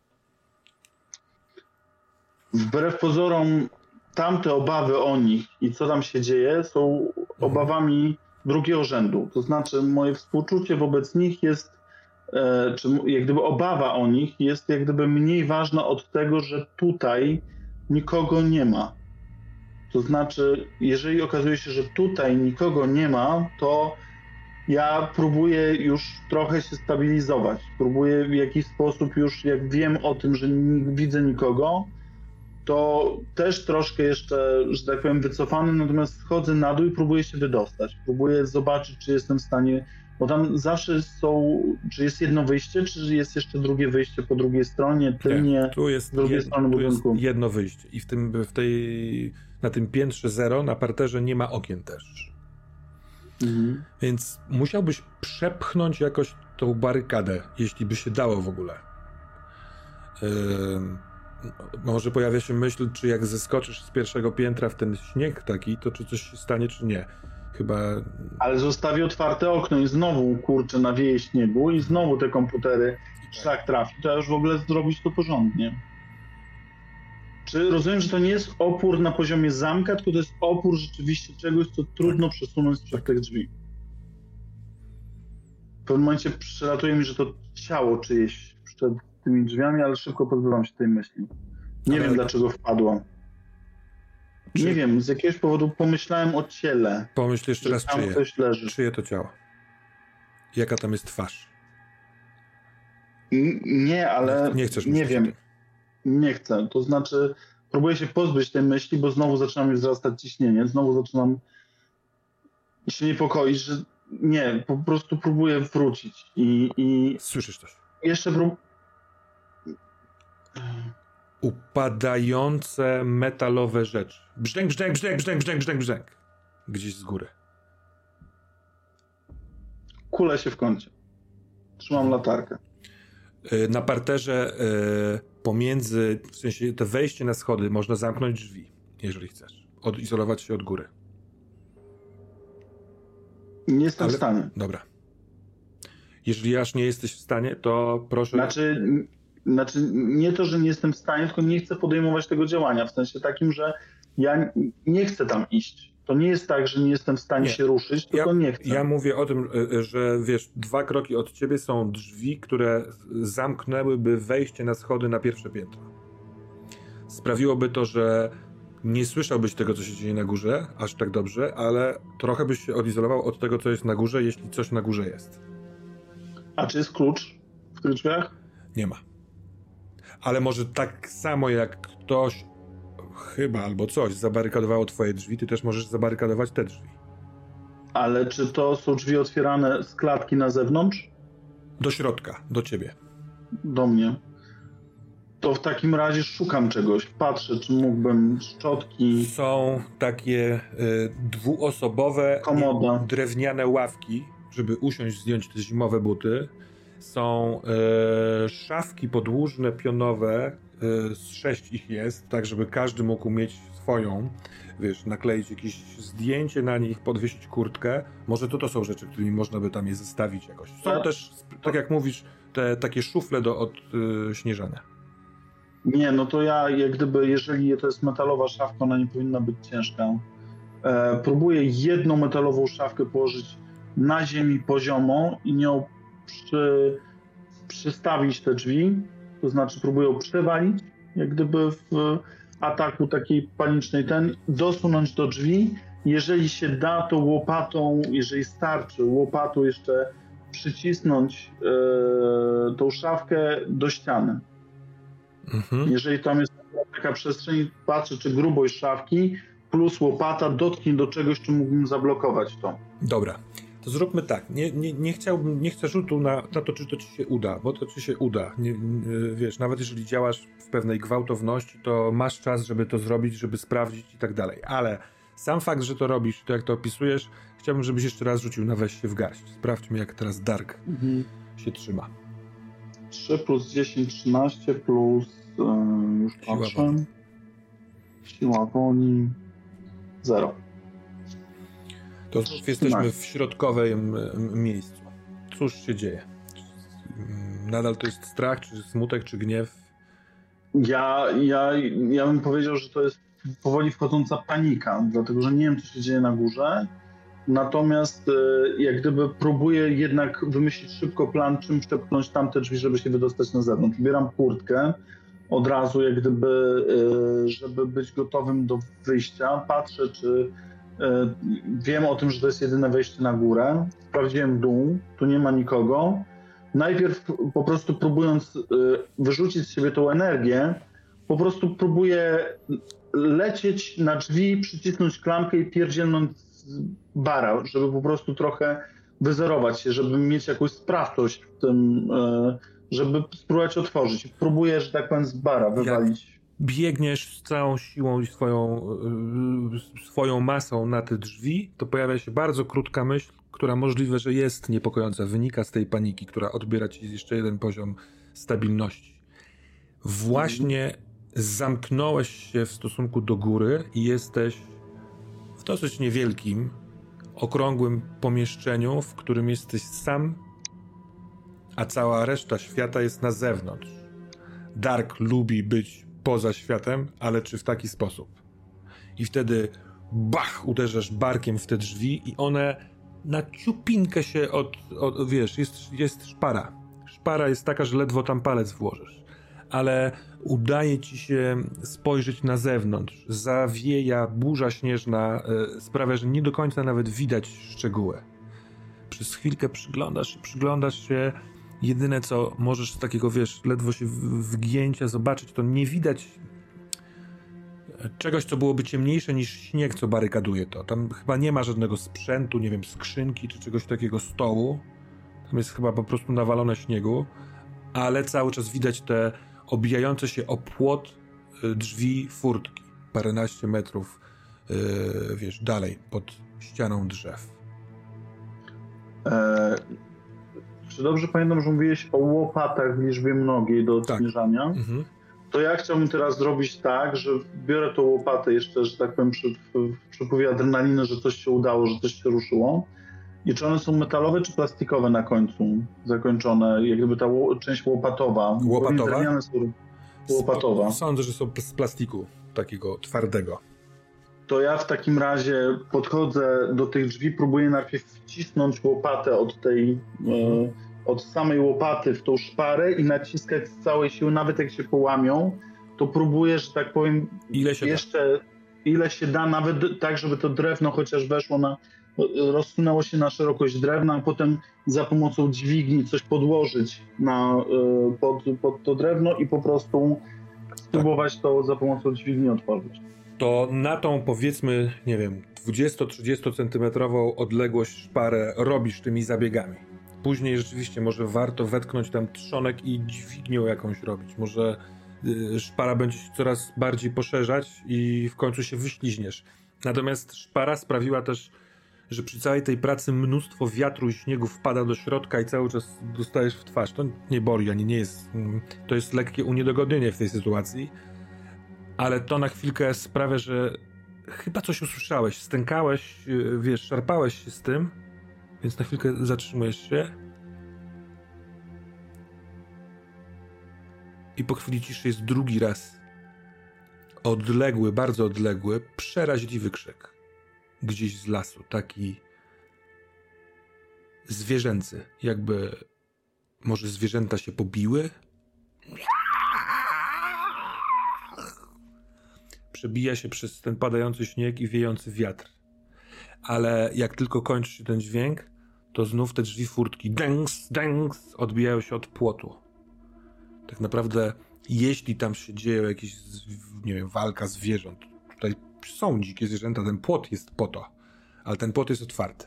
Wbrew pozorom, tamte obawy o nich i co tam się dzieje są obawami drugiego rzędu. To znaczy moje współczucie wobec nich jest, czy jak gdyby obawa o nich jest jak gdyby mniej ważna od tego, że tutaj nikogo nie ma. To znaczy, jeżeli okazuje się, że tutaj nikogo nie ma, to ja próbuję już trochę się stabilizować. Próbuję w jakiś sposób już, jak wiem o tym, że nie widzę nikogo, to też troszkę jeszcze, że tak powiem, wycofany, natomiast schodzę na dół i próbuję się wydostać. Próbuję zobaczyć, czy jestem w stanie, bo tam zawsze są, czy jest jedno wyjście, czy jest jeszcze drugie wyjście po drugiej stronie, tylnie, tu jest z drugiej strony budynku. Jest jedno wyjście i na tym piętrze 0 na parterze nie ma okien też. Więc musiałbyś przepchnąć jakoś tą barykadę, jeśli by się dało w ogóle. Może pojawia się myśl, czy jak zeskoczysz z pierwszego piętra w ten śnieg taki, to czy coś się stanie, czy nie. Chyba... Ale zostawię otwarte okno i znowu, kurczę, nawieje śniegu i znowu te komputery szlak trafi. To już w ogóle zrobić to porządnie. Czy rozumiem, że to nie jest opór na poziomie zamka, tylko to jest opór rzeczywiście czegoś, co trudno przesunąć przed tych drzwi. W pewnym momencie przelatuje mi, że to ciało czyjeś przed tymi drzwiami, ale szybko pozbywam się tej myśli. Nie wiem, dlaczego wpadłam. Nie wiem, z jakiegoś powodu pomyślałem o ciele. Pomyśl jeszcze raz, czyje. Ktoś leży. Czyje to ciało? Jaka tam jest twarz? Nie, ale nie chcesz nie wiem. Nie chcę. To znaczy, próbuję się pozbyć tej myśli, bo znowu zaczynam mi wzrastać ciśnienie. Znowu zaczynam się niepokoić, że nie, po prostu próbuję wrócić. I słyszysz coś? Jeszcze upadające metalowe rzeczy. Brzdęk, brzdęk, brzdęk, brzdęk, brzdęk, brzdęk, brzdęk. Gdzieś z góry. Kulę się w kącie. Trzymam latarkę. Na parterze pomiędzy, w sensie to wejście na schody, można zamknąć drzwi, jeżeli chcesz. Odizolować się od góry. Nie jestem w stanie. Dobra. Jeżeli aż nie jesteś w stanie, to proszę... Znaczy nie to, że nie jestem w stanie, tylko nie chcę podejmować tego działania, w sensie takim, że ja nie chcę tam iść. To nie jest tak, że nie jestem w stanie się ruszyć, tylko nie chcę. Ja mówię o tym, że wiesz, 2 kroki od ciebie są drzwi, które zamknęłyby wejście na schody na pierwsze piętro. Sprawiłoby to, że nie słyszałbyś tego, co się dzieje na górze, aż tak dobrze, ale trochę byś się odizolował od tego, co jest na górze, jeśli coś na górze jest. A czy jest klucz w tych drzwiach? Nie ma. Ale może tak samo jak ktoś chyba albo coś zabarykadowało twoje drzwi, ty też możesz zabarykadować te drzwi. Ale czy to są drzwi otwierane z klatki na zewnątrz? Do środka, do ciebie. Do mnie. To w takim razie szukam czegoś. Patrzę, czy mógłbym szczotki... Są takie dwuosobowe komoda, drewniane ławki, żeby usiąść, zdjąć te zimowe buty. Są szafki podłużne, pionowe, z 6 ich jest, tak żeby każdy mógł mieć swoją, wiesz, nakleić jakieś zdjęcie na nich, podwiesić kurtkę. Może to są rzeczy, którymi można by tam je zestawić jakoś. Są też, tak jak mówisz, te takie szufle do odśnieżania. Nie, no to ja jak gdyby, jeżeli to jest metalowa szafka, ona nie powinna być ciężka. Próbuję jedną metalową szafkę położyć na ziemi poziomo i nią przystawić te drzwi, to znaczy próbuję przewalić, jak gdyby w ataku takiej panicznej, dosunąć do drzwi. Jeżeli się da, to łopatą, jeżeli starczy, łopatą jeszcze przycisnąć tą szafkę do ściany. Mhm. Jeżeli tam jest taka przestrzeń, patrzę, czy grubość szafki plus łopata dotknie do czegoś, czy mógłbym zablokować to. Dobra, to zróbmy tak. Nie chcę rzutu na to, czy to ci się uda, bo to ci się uda. Wiesz, nawet jeżeli działasz w pewnej gwałtowności, to masz czas, żeby to zrobić, żeby sprawdzić i tak dalej. Ale sam fakt, że to robisz, to jak to opisujesz, chciałbym, żebyś jeszcze raz rzucił na weź się w garść. Sprawdźmy, jak teraz Dark się trzyma. 3 plus 10, 13 plus już patrzę. Siła woli 0. To jesteśmy w środkowym miejscu. Cóż się dzieje? Nadal to jest strach, czy smutek, czy gniew? Ja bym powiedział, że to jest powoli wchodząca panika, dlatego że nie wiem, co się dzieje na górze. Natomiast jak gdyby próbuję jednak wymyślić szybko plan, czym przepchnąć tamte drzwi, żeby się wydostać na zewnątrz. Bieram kurtkę od razu, jak gdyby, żeby być gotowym do wyjścia. Patrzę, czy wiem o tym, że to jest jedyne wejście na górę. Sprawdziłem dół, tu nie ma nikogo. Najpierw po prostu próbując wyrzucić z siebie tą energię, po prostu próbuję lecieć na drzwi, przycisnąć klamkę i pierdzielnąć z bara, żeby po prostu trochę wyzerować się, żeby mieć jakąś sprawczość w tym, żeby spróbować otworzyć. Próbuję, że tak powiem, z bara wywalić. Biegniesz z całą siłą i swoją masą na te drzwi, to pojawia się bardzo krótka myśl, która możliwe, że jest niepokojąca, wynika z tej paniki, która odbiera ci jeszcze jeden poziom stabilności. Właśnie zamknąłeś się w stosunku do góry i jesteś w dosyć niewielkim, okrągłym pomieszczeniu, w którym jesteś sam, a cała reszta świata jest na zewnątrz. Dark lubi być poza światem, ale czy w taki sposób? I wtedy bach, uderzasz barkiem w te drzwi i one na ciupinkę się wiesz, jest szpara. Szpara jest taka, że ledwo tam palec włożysz. Ale udaje ci się spojrzeć na zewnątrz. Zawieja burza śnieżna, sprawia, że nie do końca nawet widać szczegóły. Przez chwilkę przyglądasz się. Jedyne, co możesz z takiego, wiesz, ledwo się wgięcia zobaczyć, to nie widać czegoś, co byłoby ciemniejsze niż śnieg, co barykaduje to. Tam chyba nie ma żadnego sprzętu, nie wiem, skrzynki czy czegoś takiego, stołu. Tam jest chyba po prostu nawalone śniegu, ale cały czas widać te obijające się o płot drzwi furtki. Paręnaście metrów, wiesz, dalej, pod ścianą drzew. Czy dobrze pamiętam, że mówiłeś o łopatach w liczbie mnogiej do odśnieżania? Tak. Mhm. To ja chciałbym teraz zrobić tak, że biorę tą łopatę jeszcze, że tak powiem, w przepływie adrenaliny, że coś się udało, że coś się ruszyło. I czy one są metalowe, czy plastikowe na końcu zakończone? Jak gdyby ta część łopatowa. Łopatowa? Łopatowa. Sądzę, że są z plastiku takiego twardego. to ja w takim razie podchodzę do tych drzwi, próbuję najpierw wcisnąć łopatę od samej łopaty w tą szparę i naciskać z całej siły, nawet jak się połamią, to próbuję, że tak powiem, ile się da, nawet tak, żeby to drewno chociaż rozsunęło się na szerokość drewna, a potem za pomocą dźwigni coś podłożyć pod to drewno i po prostu spróbować to za pomocą dźwigni otworzyć. To na tą, powiedzmy, nie wiem, 20-30 centymetrową odległość szparę robisz tymi zabiegami. Później rzeczywiście może warto wetknąć tam trzonek i dźwignią jakąś robić. Może szpara będzie się coraz bardziej poszerzać i w końcu się wyśliźniesz. Natomiast szpara sprawiła też, że przy całej tej pracy mnóstwo wiatru i śniegu wpada do środka i cały czas dostajesz w twarz. To nie boli, ani nie jest... To jest lekkie uniedogodnienie w tej sytuacji. Ale to na chwilkę sprawia, że chyba coś usłyszałeś, stękałeś, wiesz, szarpałeś się z tym, więc na chwilkę zatrzymujesz się i po chwili ciszy jest drugi raz odległy, bardzo odległy, przeraźliwy krzyk gdzieś z lasu, taki zwierzęcy, jakby może zwierzęta się pobiły? Przebija się przez ten padający śnieg i wiejący wiatr. Ale jak tylko kończy się ten dźwięk, to znów te drzwi furtki dęgs, dęgs odbijają się od płotu. Tak naprawdę, jeśli tam się dzieje jakieś, nie wiem, walka zwierząt, tutaj są dzikie zwierzęta, ten płot jest po to, ale ten płot jest otwarty.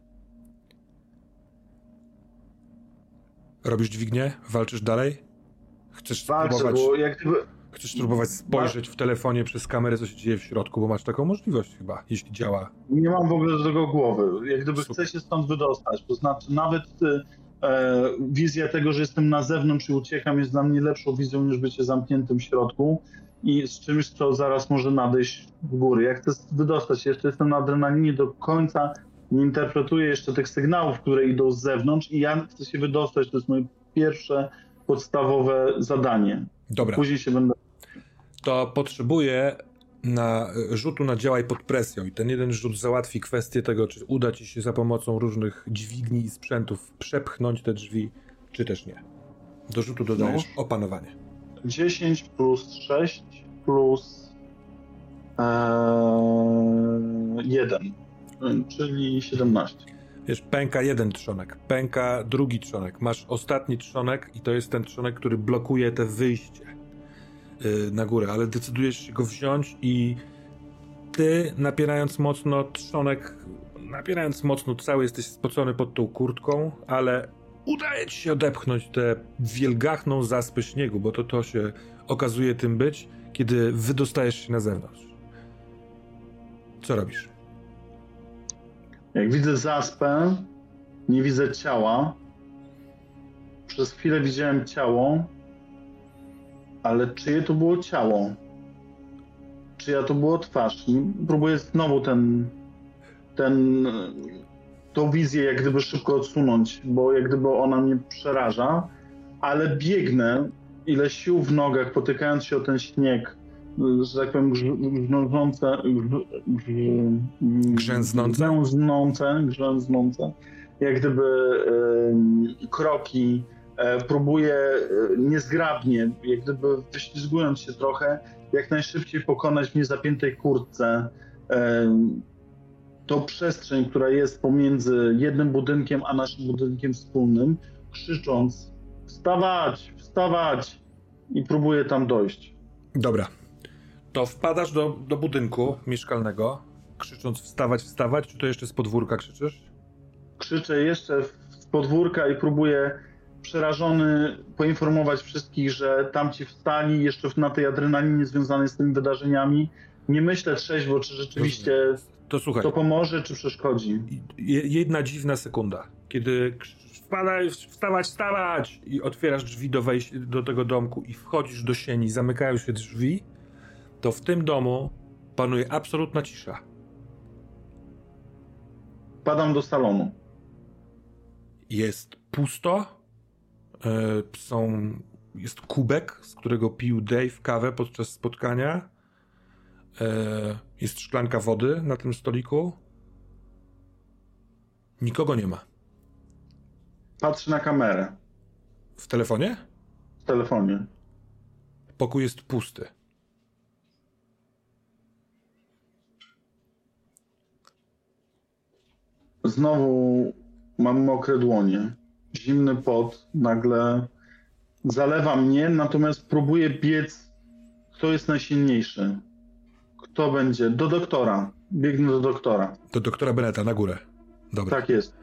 Robisz dźwignię? Walczysz dalej? Chcesz spróbować... bo jak gdyby... Chcesz spróbować spojrzeć w telefonie przez kamerę, co się dzieje w środku, bo masz taką możliwość chyba, jeśli działa. Nie mam w ogóle do tego głowy. Jak gdyby chcę się stąd wydostać. To znaczy nawet wizja tego, że jestem na zewnątrz i uciekam, jest dla mnie lepszą wizją niż bycie zamkniętym w środku i z czymś, co zaraz może nadejść w góry. Jak chcę wydostać się, jeszcze jestem na adrenalinie do końca, nie interpretuję jeszcze tych sygnałów, które idą z zewnątrz i ja chcę się wydostać. To jest moje pierwsze podstawowe zadanie. Dobra. Później się będę... To potrzebuję rzutu na działaj pod presją i ten jeden rzut załatwi kwestię tego, czy uda ci się za pomocą różnych dźwigni i sprzętów przepchnąć te drzwi, czy też nie. Do rzutu dodajesz opanowanie. 10 plus 6 plus 1, czyli 17. Wiesz, pęka jeden trzonek, pęka drugi trzonek, masz ostatni trzonek i to jest ten trzonek, który blokuje te wyjście na górę, ale decydujesz się go wziąć i ty, napierając mocno trzonek, cały jesteś spocony pod tą kurtką, ale udaje ci się odepchnąć tę wielgachną zaspę śniegu, bo to się okazuje tym być, kiedy wydostajesz się na zewnątrz. Co robisz? Jak widzę zaspę, nie widzę ciała. Przez chwilę widziałem ciało, ale czyje to było ciało? Czyja to było twarz? Próbuję znowu tą wizję jak gdyby szybko odsunąć, bo jak gdyby ona mnie przeraża, ale biegnę, ile sił w nogach, potykając się o ten śnieg, że tak powiem grzęznące, jak gdyby kroki, próbuję niezgrabnie, jak gdyby wyślizgując się trochę, jak najszybciej pokonać w niezapiętej kurtce tą przestrzeń, która jest pomiędzy jednym budynkiem a naszym budynkiem wspólnym, krzycząc wstawać, wstawać i próbuję tam dojść. Dobra. To wpadasz do budynku mieszkalnego, krzycząc wstawać, wstawać, czy to jeszcze z podwórka krzyczysz? Krzyczę jeszcze z podwórka i próbuję przerażony poinformować wszystkich, że tamci wstali jeszcze na tej adrenalinie związanej z tymi wydarzeniami. Nie myślę trzeźwo, czy rzeczywiście to słuchaj, to pomoże, czy przeszkodzi. Jedna dziwna sekunda, kiedy wstawać, wstawać i otwierasz drzwi do tego domku i wchodzisz do sieni, zamykają się drzwi, to w tym domu panuje absolutna cisza. Padam do salonu. Jest pusto. Jest kubek, z którego pił Dave kawę podczas spotkania. Jest szklanka wody na tym stoliku. Nikogo nie ma. Patrzę na kamerę. W telefonie? W telefonie. Pokój jest pusty. Znowu mam mokre dłonie. Zimny pot nagle zalewa mnie, natomiast próbuję biec, kto jest najsilniejszy. Kto będzie? Do doktora. Biegnę do doktora. Do doktora Beneta, na górę. Dobra. Tak jest.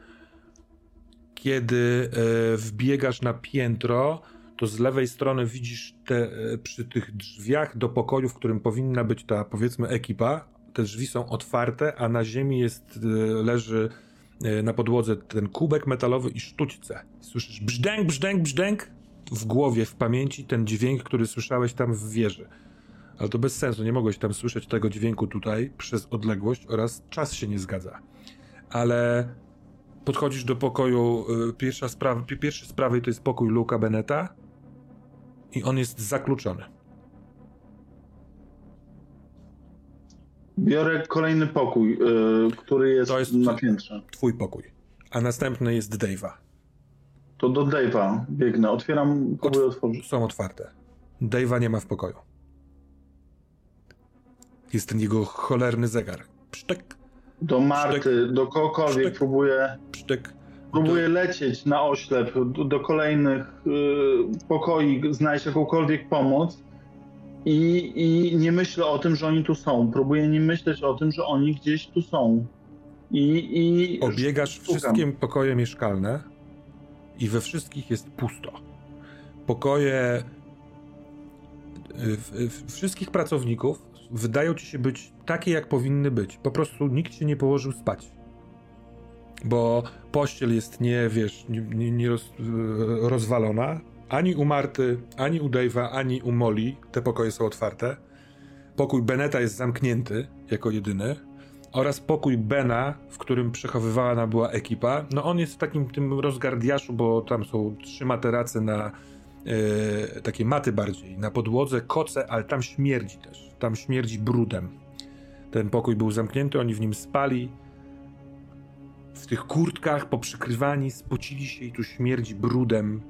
Kiedy wbiegasz na piętro, to z lewej strony widzisz przy tych drzwiach do pokoju, w którym powinna być ta, powiedzmy, ekipa. Te drzwi są otwarte, a na ziemi leży na podłodze ten kubek metalowy i sztućce. Słyszysz brzdęk, brzdęk, brzdęk w głowie, w pamięci ten dźwięk, który słyszałeś tam w wieży. Ale to bez sensu, nie mogłeś tam słyszeć tego dźwięku tutaj przez odległość oraz czas się nie zgadza. Ale podchodzisz do pokoju, pierwszy z prawej to jest pokój Luca Beneta i on jest zakluczony. Biorę kolejny pokój, który jest na piętrze. Twój pokój. A następny jest Dave'a. To do Dave'a biegnę. Otwieram, próbuję otworzyć. Są otwarte. Dave'a nie ma w pokoju. Jest ten jego cholerny zegar. Pszczek. Do Marty, pszczek, do kogokolwiek pszczek, próbuję lecieć na oślep do kolejnych pokoi, znaleźć jakąkolwiek pomoc i nie myślę o tym, że oni tu są. Próbuję nie myśleć o tym, że oni gdzieś tu są. Obiegasz wszystkie pokoje mieszkalne i we wszystkich jest pusto. Pokoje wszystkich pracowników wydają ci się być takie, jak powinny być. Po prostu nikt się nie położył spać. Bo pościel jest rozwalona. Ani u Marty, ani u Dave'a, ani u Molly te pokoje są otwarte. Pokój Beneta jest zamknięty jako jedyny. Oraz pokój Bena, w którym przechowywana była ekipa. No on jest w takim tym rozgardiaszu, bo tam są 3 materace na takie maty bardziej. Na podłodze koce, ale tam śmierdzi też. Tam śmierdzi brudem. Ten pokój był zamknięty, oni w nim spali. W tych kurtkach poprzykrywani, spocili się i tu śmierdzi brudem.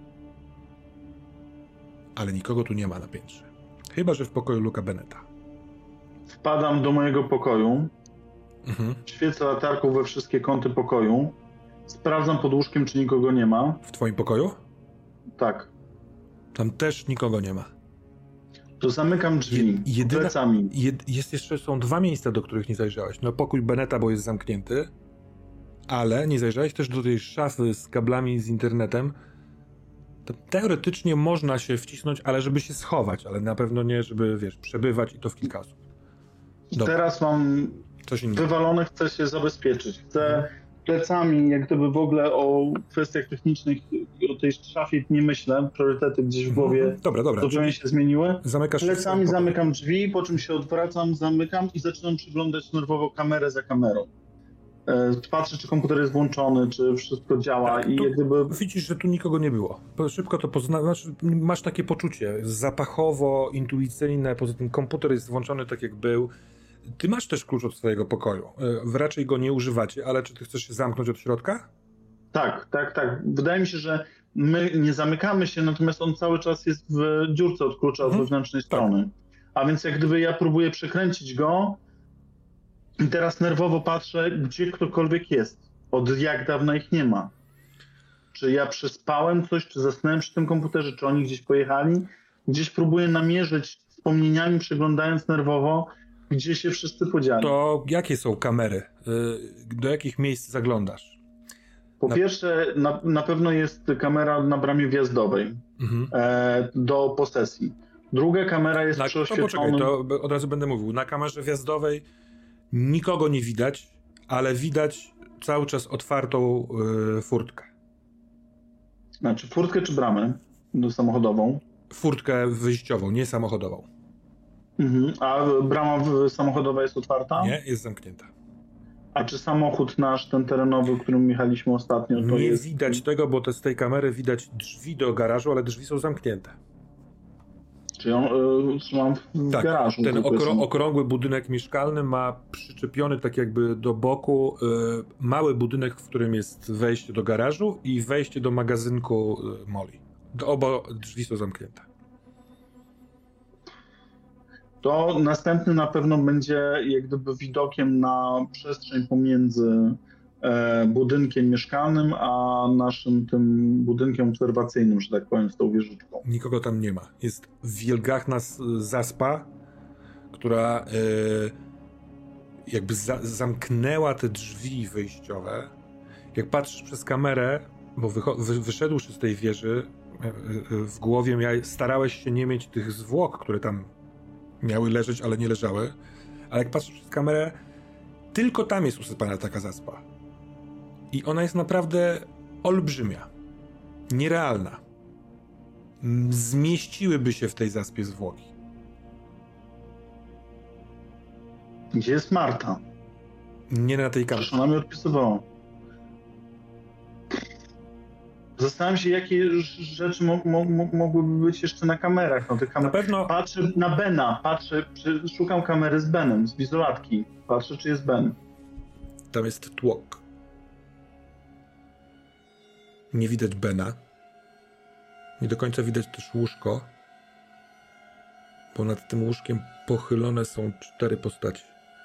Ale nikogo tu nie ma na piętrze. Chyba że w pokoju Luca Beneta. Wpadam do mojego pokoju. Świecę latarką we wszystkie kąty pokoju. Sprawdzam pod łóżkiem, czy nikogo nie ma. W twoim pokoju? Tak. Tam też nikogo nie ma. To zamykam drzwi plecami. Są 2 miejsca, do których nie zajrzałeś. No pokój Beneta, bo jest zamknięty, ale nie zajrzałeś też do tej szafy z kablami z internetem. To teoretycznie można się wcisnąć, ale żeby się schować, ale na pewno nie, żeby, przebywać i to w kilka osób. Dobra. Teraz mam wywalone, chcę się zabezpieczyć. Chcę plecami, jak gdyby w ogóle o kwestiach technicznych, o tej szafie nie myślę. Priorytety gdzieś w głowie zupełnie się zmieniły. Plecami zamykam drzwi, po czym się odwracam, zamykam i zaczynam przyglądać nerwowo kamerę za kamerą. Patrzę, czy komputer jest włączony, czy wszystko działa i jak gdyby... Widzisz, że tu nikogo nie było. Szybko to masz takie poczucie zapachowo, intuicyjne, poza tym komputer jest włączony tak, jak był. Ty masz też klucz od swojego pokoju. Raczej go nie używacie, ale czy ty chcesz się zamknąć od środka? Tak. Wydaje mi się, że my nie zamykamy się, natomiast on cały czas jest w dziurce od klucza od wewnętrznej strony. A więc jak gdyby ja próbuję przekręcić go i teraz nerwowo patrzę, gdzie ktokolwiek jest. Od jak dawna ich nie ma. Czy ja przespałem coś, czy zasnąłem przy tym komputerze, czy oni gdzieś pojechali. Gdzieś próbuję namierzyć wspomnieniami, przeglądając nerwowo, gdzie się wszyscy podzieli. To jakie są kamery? Do jakich miejsc zaglądasz? Po pierwsze, na pewno jest kamera na bramie wjazdowej do posesji. Druga kamera jest przy oświetlonym... To od razu będę mówił. Na kamerze wjazdowej nikogo nie widać, ale widać cały czas otwartą furtkę. Znaczy furtkę czy bramę samochodową? Furtkę wyjściową, nie samochodową. A brama samochodowa jest otwarta? Nie, jest zamknięta. A czy samochód nasz, ten terenowy, którym jechaliśmy ostatnio, to nie jest... widać tego, bo z tej kamery widać drzwi do garażu, ale drzwi są zamknięte. Czyli on trzymam w Tak, garażu. ten okrągły budynek mieszkalny ma przyczepiony tak jakby do boku mały budynek, w którym jest wejście do garażu i wejście do magazynku Molly. Oba drzwi są zamknięte. To następny na pewno będzie jak gdyby widokiem na przestrzeń pomiędzy budynkiem mieszkalnym, a naszym tym budynkiem obserwacyjnym, że tak powiem, z tą wieżyczką. Nikogo tam nie ma. Jest wielgachna zaspa, która jakby zamknęła te drzwi wyjściowe. Jak patrzysz przez kamerę, bo wyszedłszy z tej wieży, w głowie starałeś się nie mieć tych zwłok, które tam miały leżeć, ale nie leżały. Ale jak patrzysz przez kamerę, tylko tam jest usypana taka zaspa. I ona jest naprawdę olbrzymia. Nierealna. Zmieściłyby się w tej zaspie zwłoki. Gdzie jest Marta? Nie na tej kamerze. Przecież ona mi odpisywała. Zastanawiam się, jakie rzeczy mogłyby być jeszcze na kamerach. No, Na pewno... Patrzę na Bena, szukam kamery z Benem, z izolatki. Patrzę, czy jest Ben. Tam jest tłok. Nie widać Bena. Nie do końca widać też łóżko. Bo nad tym łóżkiem pochylone są 4 postacie.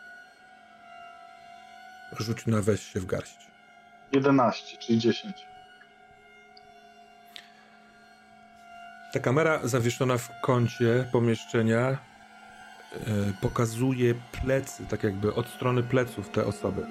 Rzuć na weź się w garść. 11, czyli 10. Ta kamera zawieszona w kącie pomieszczenia pokazuje plecy, tak jakby od strony pleców te osoby.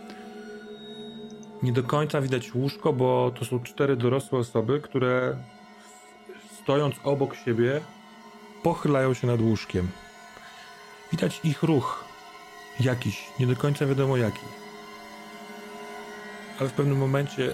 Nie do końca widać łóżko, bo to są 4 dorosłe osoby, które stojąc obok siebie pochylają się nad łóżkiem. Widać ich ruch jakiś, nie do końca wiadomo jaki. Ale w pewnym momencie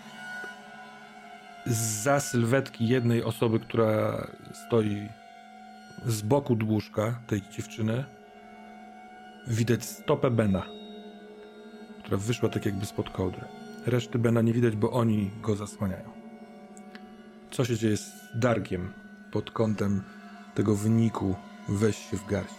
zza sylwetki jednej osoby, która stoi z boku łóżka, tej dziewczyny, widać stopę Bena, która wyszła tak jakby spod kołdry. Reszty Bena nie widać, bo oni go zasłaniają. Co się dzieje z Darkiem pod kątem tego wyniku weź się w garść?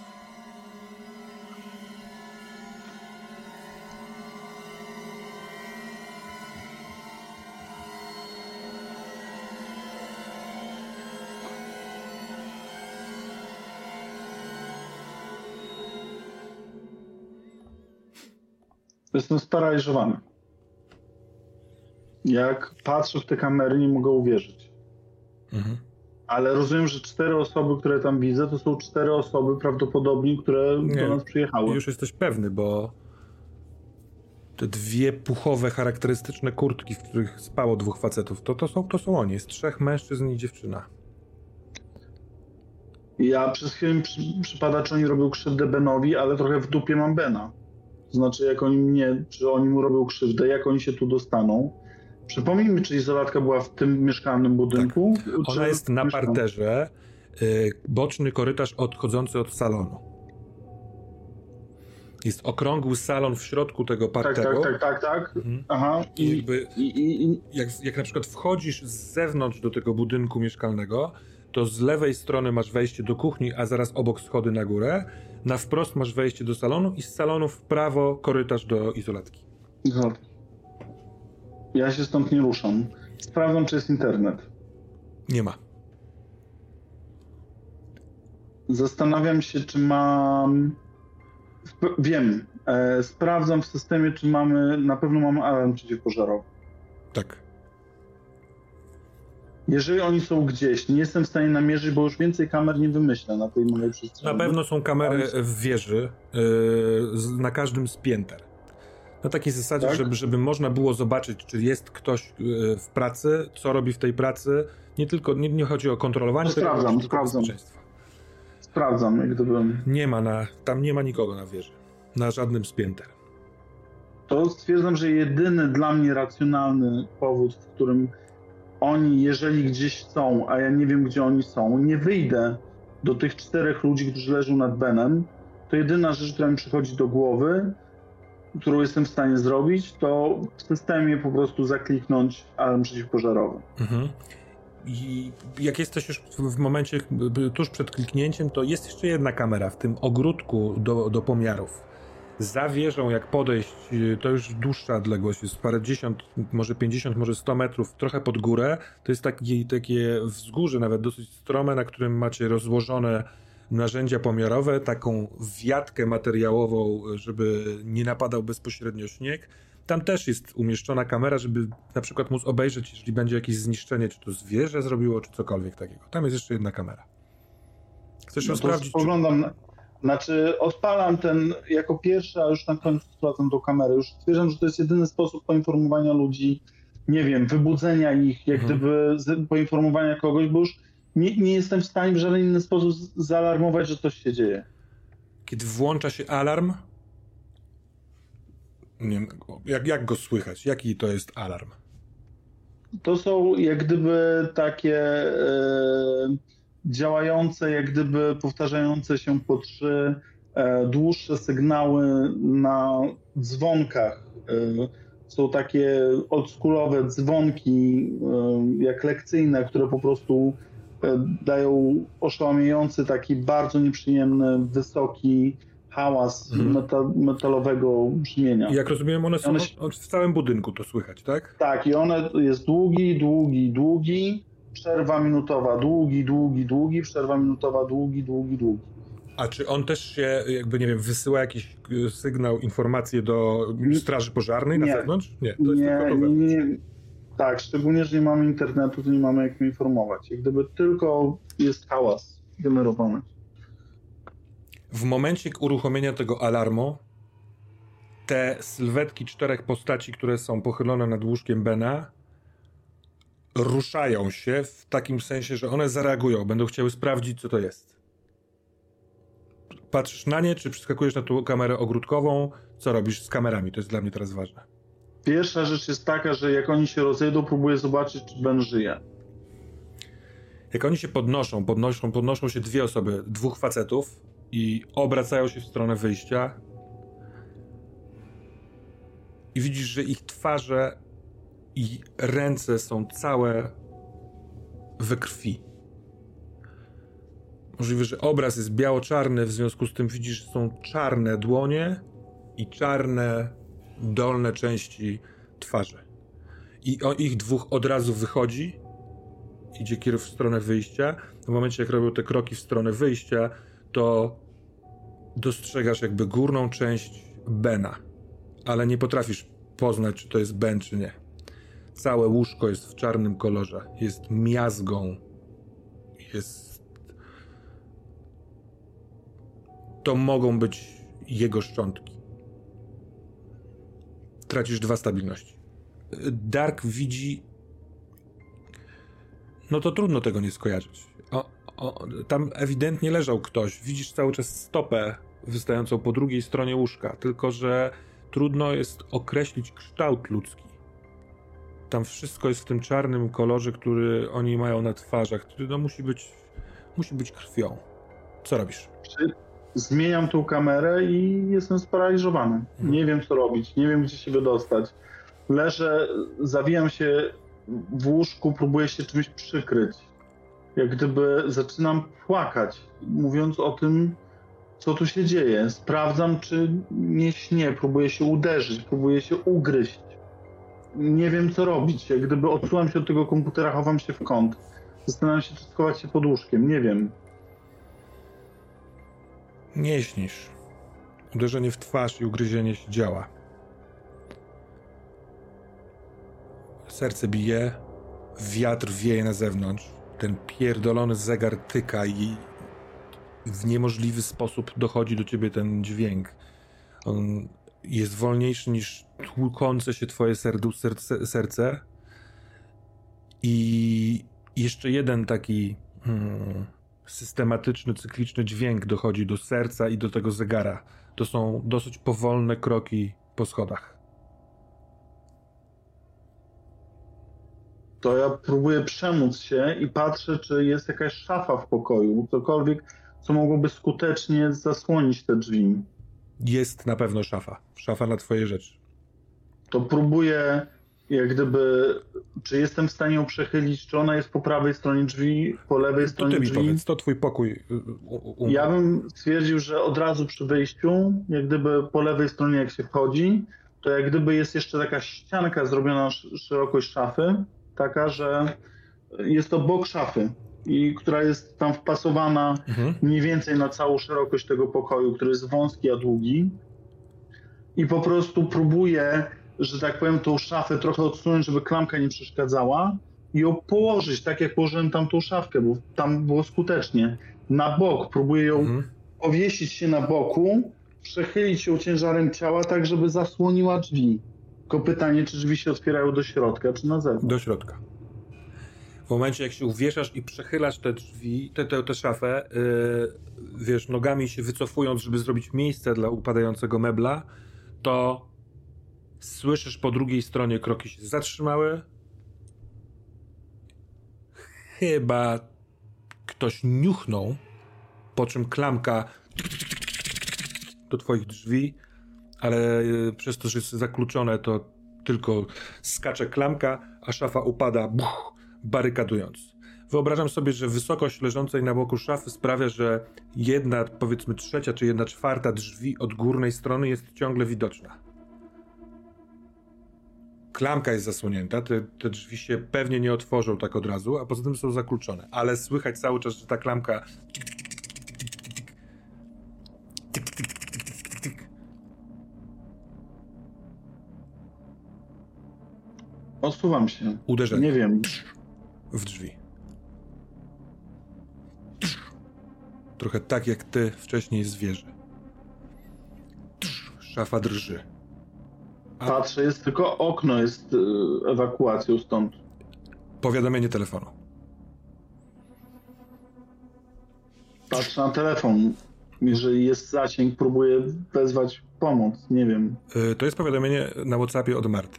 Jestem sparaliżowany. Jak patrzę w te kamery, nie mogę uwierzyć. Mhm. Ale rozumiem, że 4 osoby, które tam widzę, to są 4 osoby prawdopodobnie, które do nas przyjechały. Już jesteś pewny, bo te 2 puchowe, charakterystyczne kurtki, w których spało 2 facetów, to są oni. Jest 3 mężczyzn i dziewczyna. Ja przez chwilę mi przypada, czy oni robią krzywdę Benowi, ale trochę w dupie mam Bena. To znaczy, jak oni mnie, czy oni mu robią krzywdę, jak oni się tu dostaną. Przypomnij mi, czy izolatka była w tym mieszkalnym budynku? Tak. Ona jest na parterze, boczny korytarz odchodzący od salonu. Jest okrągły salon w środku tego parteru. Tak. Mhm. Aha. Jak na przykład wchodzisz z zewnątrz do tego budynku mieszkalnego, to z lewej strony masz wejście do kuchni, a zaraz obok schody na górę. Na wprost masz wejście do salonu i z salonu w prawo korytarz do izolatki. Ja się stąd nie ruszam. Sprawdzam, czy jest internet. Nie ma. Zastanawiam się, czy mam... Wiem. Sprawdzam w systemie, czy mamy... Na pewno mamy alarm przeciwpożarowy. Tak. Jeżeli oni są gdzieś, nie jestem w stanie namierzyć, bo już więcej kamer nie wymyślę na tej mojej przestrzeni. Na pewno są kamery w wieży, na każdym z pięter. Na takiej zasadzie, tak? żeby można było zobaczyć, czy jest ktoś w pracy, co robi w tej pracy. Nie chodzi o kontrolowanie, sprawdzam. bezpieczeństwa. Sprawdzam, jak gdybym... Tam nie ma nikogo na wieży. Na żadnym z pięter. To stwierdzam, że jedyny dla mnie racjonalny powód, w którym oni, jeżeli gdzieś są, a ja nie wiem, gdzie oni są, nie wyjdę do tych 4 ludzi, którzy leżą nad Benem, to jedyna rzecz, która mi przychodzi do głowy, którą jestem w stanie zrobić, to w systemie po prostu zakliknąć alarm przeciwpożarowy. Mhm. I jak jesteś już w momencie tuż przed kliknięciem, to jest jeszcze jedna kamera w tym ogródku do pomiarów. Za wieżą, jak podejść, to już dłuższa odległość, jest parędziesiąt, może 50, może 100 metrów, trochę pod górę. To jest takie wzgórze, nawet dosyć strome, na którym macie rozłożone narzędzia pomiarowe, taką wiatkę materiałową, żeby nie napadał bezpośrednio śnieg. Tam też jest umieszczona kamera, żeby na przykład móc obejrzeć, jeżeli będzie jakieś zniszczenie, czy to zwierzę zrobiło, czy cokolwiek takiego. Tam jest jeszcze jedna kamera. Chcesz ją sprawdzić? Spoglądam, odpalam ten jako pierwszy, a już na końcu sprawdzam tą kamerę. Już stwierdzam, że to jest jedyny sposób poinformowania ludzi, nie wiem, wybudzenia ich, jak gdyby poinformowania kogoś, bo już nie jestem w stanie w żaden inny sposób zaalarmować, że coś się dzieje. Kiedy włącza się alarm, nie wiem, jak go słychać? Jaki to jest alarm? To są jak gdyby takie działające, jak gdyby powtarzające się po 3 dłuższe sygnały na dzwonkach. Są takie oldschoolowe dzwonki, jak lekcyjne, które po prostu dają oszałamiający, taki bardzo nieprzyjemny, wysoki hałas metalowego brzmienia. Jak rozumiem, one są w całym budynku, to słychać, tak? Tak, i one jest długi, przerwa minutowa, długi, przerwa minutowa, długi. A czy on też się, jakby, nie wiem, wysyła jakiś sygnał, informację do straży pożarnej na zewnątrz? Nie, to jest tylko to wewnątrz. Nie. Tak, szczególnie, że nie mamy internetu, to nie mamy jak mi informować. Jak gdyby tylko jest hałas generowany. W momencie uruchomienia tego alarmu te sylwetki 4 postaci, które są pochylone nad łóżkiem Bena, ruszają się w takim sensie, że one zareagują, będą chciały sprawdzić, co to jest. Patrzysz na nie, czy przeskakujesz na tą kamerę ogródkową, co robisz z kamerami, to jest dla mnie teraz ważne. Pierwsza rzecz jest taka, że jak oni się rozejdą, próbuję zobaczyć, czy Ben żyje. Jak oni się podnoszą się 2 osoby, 2 facetów i obracają się w stronę wyjścia i widzisz, że ich twarze i ręce są całe we krwi. Możliwe, że obraz jest biało-czarny, w związku z tym widzisz, że są czarne dłonie i czarne dolne części twarzy. I ich 2 od razu wychodzi, idzie kierunek w stronę wyjścia. W momencie, jak robią te kroki w stronę wyjścia, to dostrzegasz jakby górną część Bena, ale nie potrafisz poznać, czy to jest Ben, czy nie. Całe łóżko jest w czarnym kolorze, jest miazgą, to mogą być jego szczątki. Tracisz 2 stabilności. Dark widzi... No to trudno tego nie skojarzyć. Tam ewidentnie leżał ktoś. Widzisz cały czas stopę wystającą po drugiej stronie łóżka, tylko że trudno jest określić kształt ludzki. Tam wszystko jest w tym czarnym kolorze, który oni mają na twarzach, który no musi być krwią. Co robisz? Zmieniam tą kamerę i jestem sparaliżowany. Nie wiem, co robić, nie wiem, gdzie się wydostać. Leżę, zawijam się w łóżku, próbuję się czymś przykryć. Jak gdyby zaczynam płakać, mówiąc o tym, co tu się dzieje. Sprawdzam, czy nie śnię, próbuję się uderzyć, próbuję się ugryźć. Nie wiem, co robić. Jak gdyby odsuwam się od tego komputera, chowam się w kąt. Zastanawiam się, czy schować się pod łóżkiem. Nie wiem. Nie śnisz. Uderzenie w twarz i ugryzienie się działa. Serce bije, wiatr wieje na zewnątrz. Ten pierdolony zegar tyka i w niemożliwy sposób dochodzi do ciebie ten dźwięk. On jest wolniejszy niż tłukące się twoje serce. I jeszcze jeden taki systematyczny, cykliczny dźwięk dochodzi do serca i do tego zegara. To są dosyć powolne kroki po schodach. To ja próbuję przemóc się i patrzę, czy jest jakaś szafa w pokoju, cokolwiek, co mogłoby skutecznie zasłonić te drzwi. Jest na pewno szafa. Szafa na twoje rzeczy. To próbuję jak gdyby, czy jestem w stanie ją przechylić, czy ona jest po prawej stronie drzwi, po lewej stronie To ty mi drzwi? powiedz, to twój pokój. Ja bym stwierdził, że od razu przy wyjściu, jak gdyby po lewej stronie jak się wchodzi, to jak gdyby jest jeszcze taka ścianka zrobiona szerokość szafy, taka, że jest to bok szafy, i która jest tam wpasowana mniej więcej na całą szerokość tego pokoju, który jest wąski, a długi. I po prostu próbuję, że tak powiem, tą szafę trochę odsunąć, żeby klamka nie przeszkadzała i ją położyć, tak jak położyłem tam tą szafkę, bo tam było skutecznie. Na bok, próbuję ją powiesić się na boku, przechylić ją ciężarem ciała, tak żeby zasłoniła drzwi. Tylko pytanie, czy drzwi się otwierają do środka, czy na zewnątrz? Do środka. W momencie, jak się uwieszasz i przechylasz te drzwi, tę szafę, wiesz, nogami się wycofując, żeby zrobić miejsce dla upadającego mebla, to słyszysz po drugiej stronie kroki się zatrzymały. Chyba ktoś niuchnął, po czym klamka do twoich drzwi, ale przez to, że jest zakluczone, to tylko skacze klamka, a szafa upada, barykadując. Wyobrażam sobie, że wysokość leżącej na boku szafy sprawia, że 1/3 czy 1/4 drzwi od górnej strony jest ciągle widoczna. Klamka jest zasłonięta, te drzwi się pewnie nie otworzą tak od razu, a poza tym są zakluczone, ale słychać cały czas, że ta klamka Odsuwam się. uderzenie. Nie wiem. W drzwi. Trochę tak jak ty wcześniej zwierzę. Szafa drży. Patrzę, jest tylko okno, jest ewakuacją stąd. Powiadomienie telefonu. Patrzę na telefon. Jeżeli jest zasięg, próbuję wezwać pomoc. Nie wiem. To jest powiadomienie na WhatsAppie od Marty.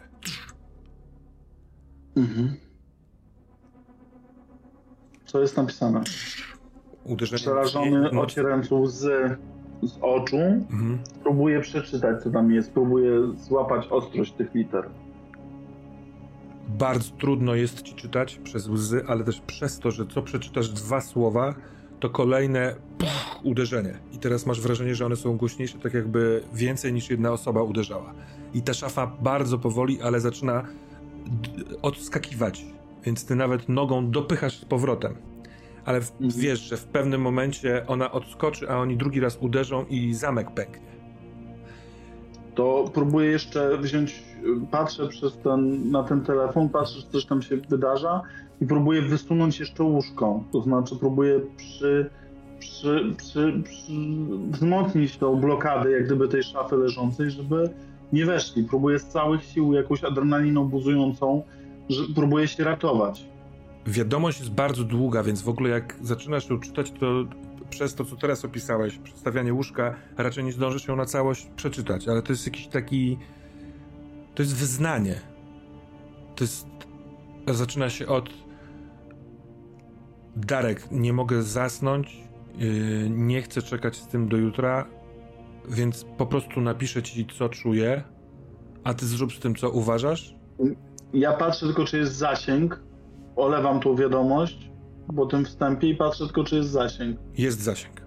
Co jest napisane? Uderzenie. Przerażony, ocierając łzy z oczu, próbuję przeczytać, co tam jest. Próbuję złapać ostrość tych liter. Bardzo trudno jest ci czytać przez łzy, ale też przez to, że co przeczytasz 2 słowa, to kolejne uderzenie. I teraz masz wrażenie, że one są głośniejsze, tak jakby więcej niż jedna osoba uderzała. I ta szafa bardzo powoli, ale zaczyna odskakiwać. Więc ty nawet nogą dopychasz z powrotem. Ale wiesz, że w pewnym momencie ona odskoczy, a oni drugi raz uderzą i zamek pęknie. To próbuję jeszcze wziąć, patrzę na ten telefon, patrzę, czy coś tam się wydarza i próbuję wysunąć jeszcze łóżko. To znaczy próbuję wzmocnić tą blokadę jak gdyby tej szafy leżącej, żeby nie weszli. Próbuję z całych sił jakąś adrenaliną buzującą, że próbuję się ratować. Wiadomość jest bardzo długa, więc w ogóle jak zaczynasz ją czytać, to przez to, co teraz opisałeś, przedstawianie łóżka, raczej nie zdążysz ją na całość przeczytać, ale to jest jakiś taki... To jest wyznanie. To jest... Zaczyna się od... Darek, nie mogę zasnąć, nie chcę czekać z tym do jutra, więc po prostu napiszę ci, co czuję, a ty zrób z tym, co uważasz. Ja patrzę tylko, czy jest zasięg, olewam tą wiadomość po tym wstępie i patrzę tylko, czy jest zasięg. Jest zasięg.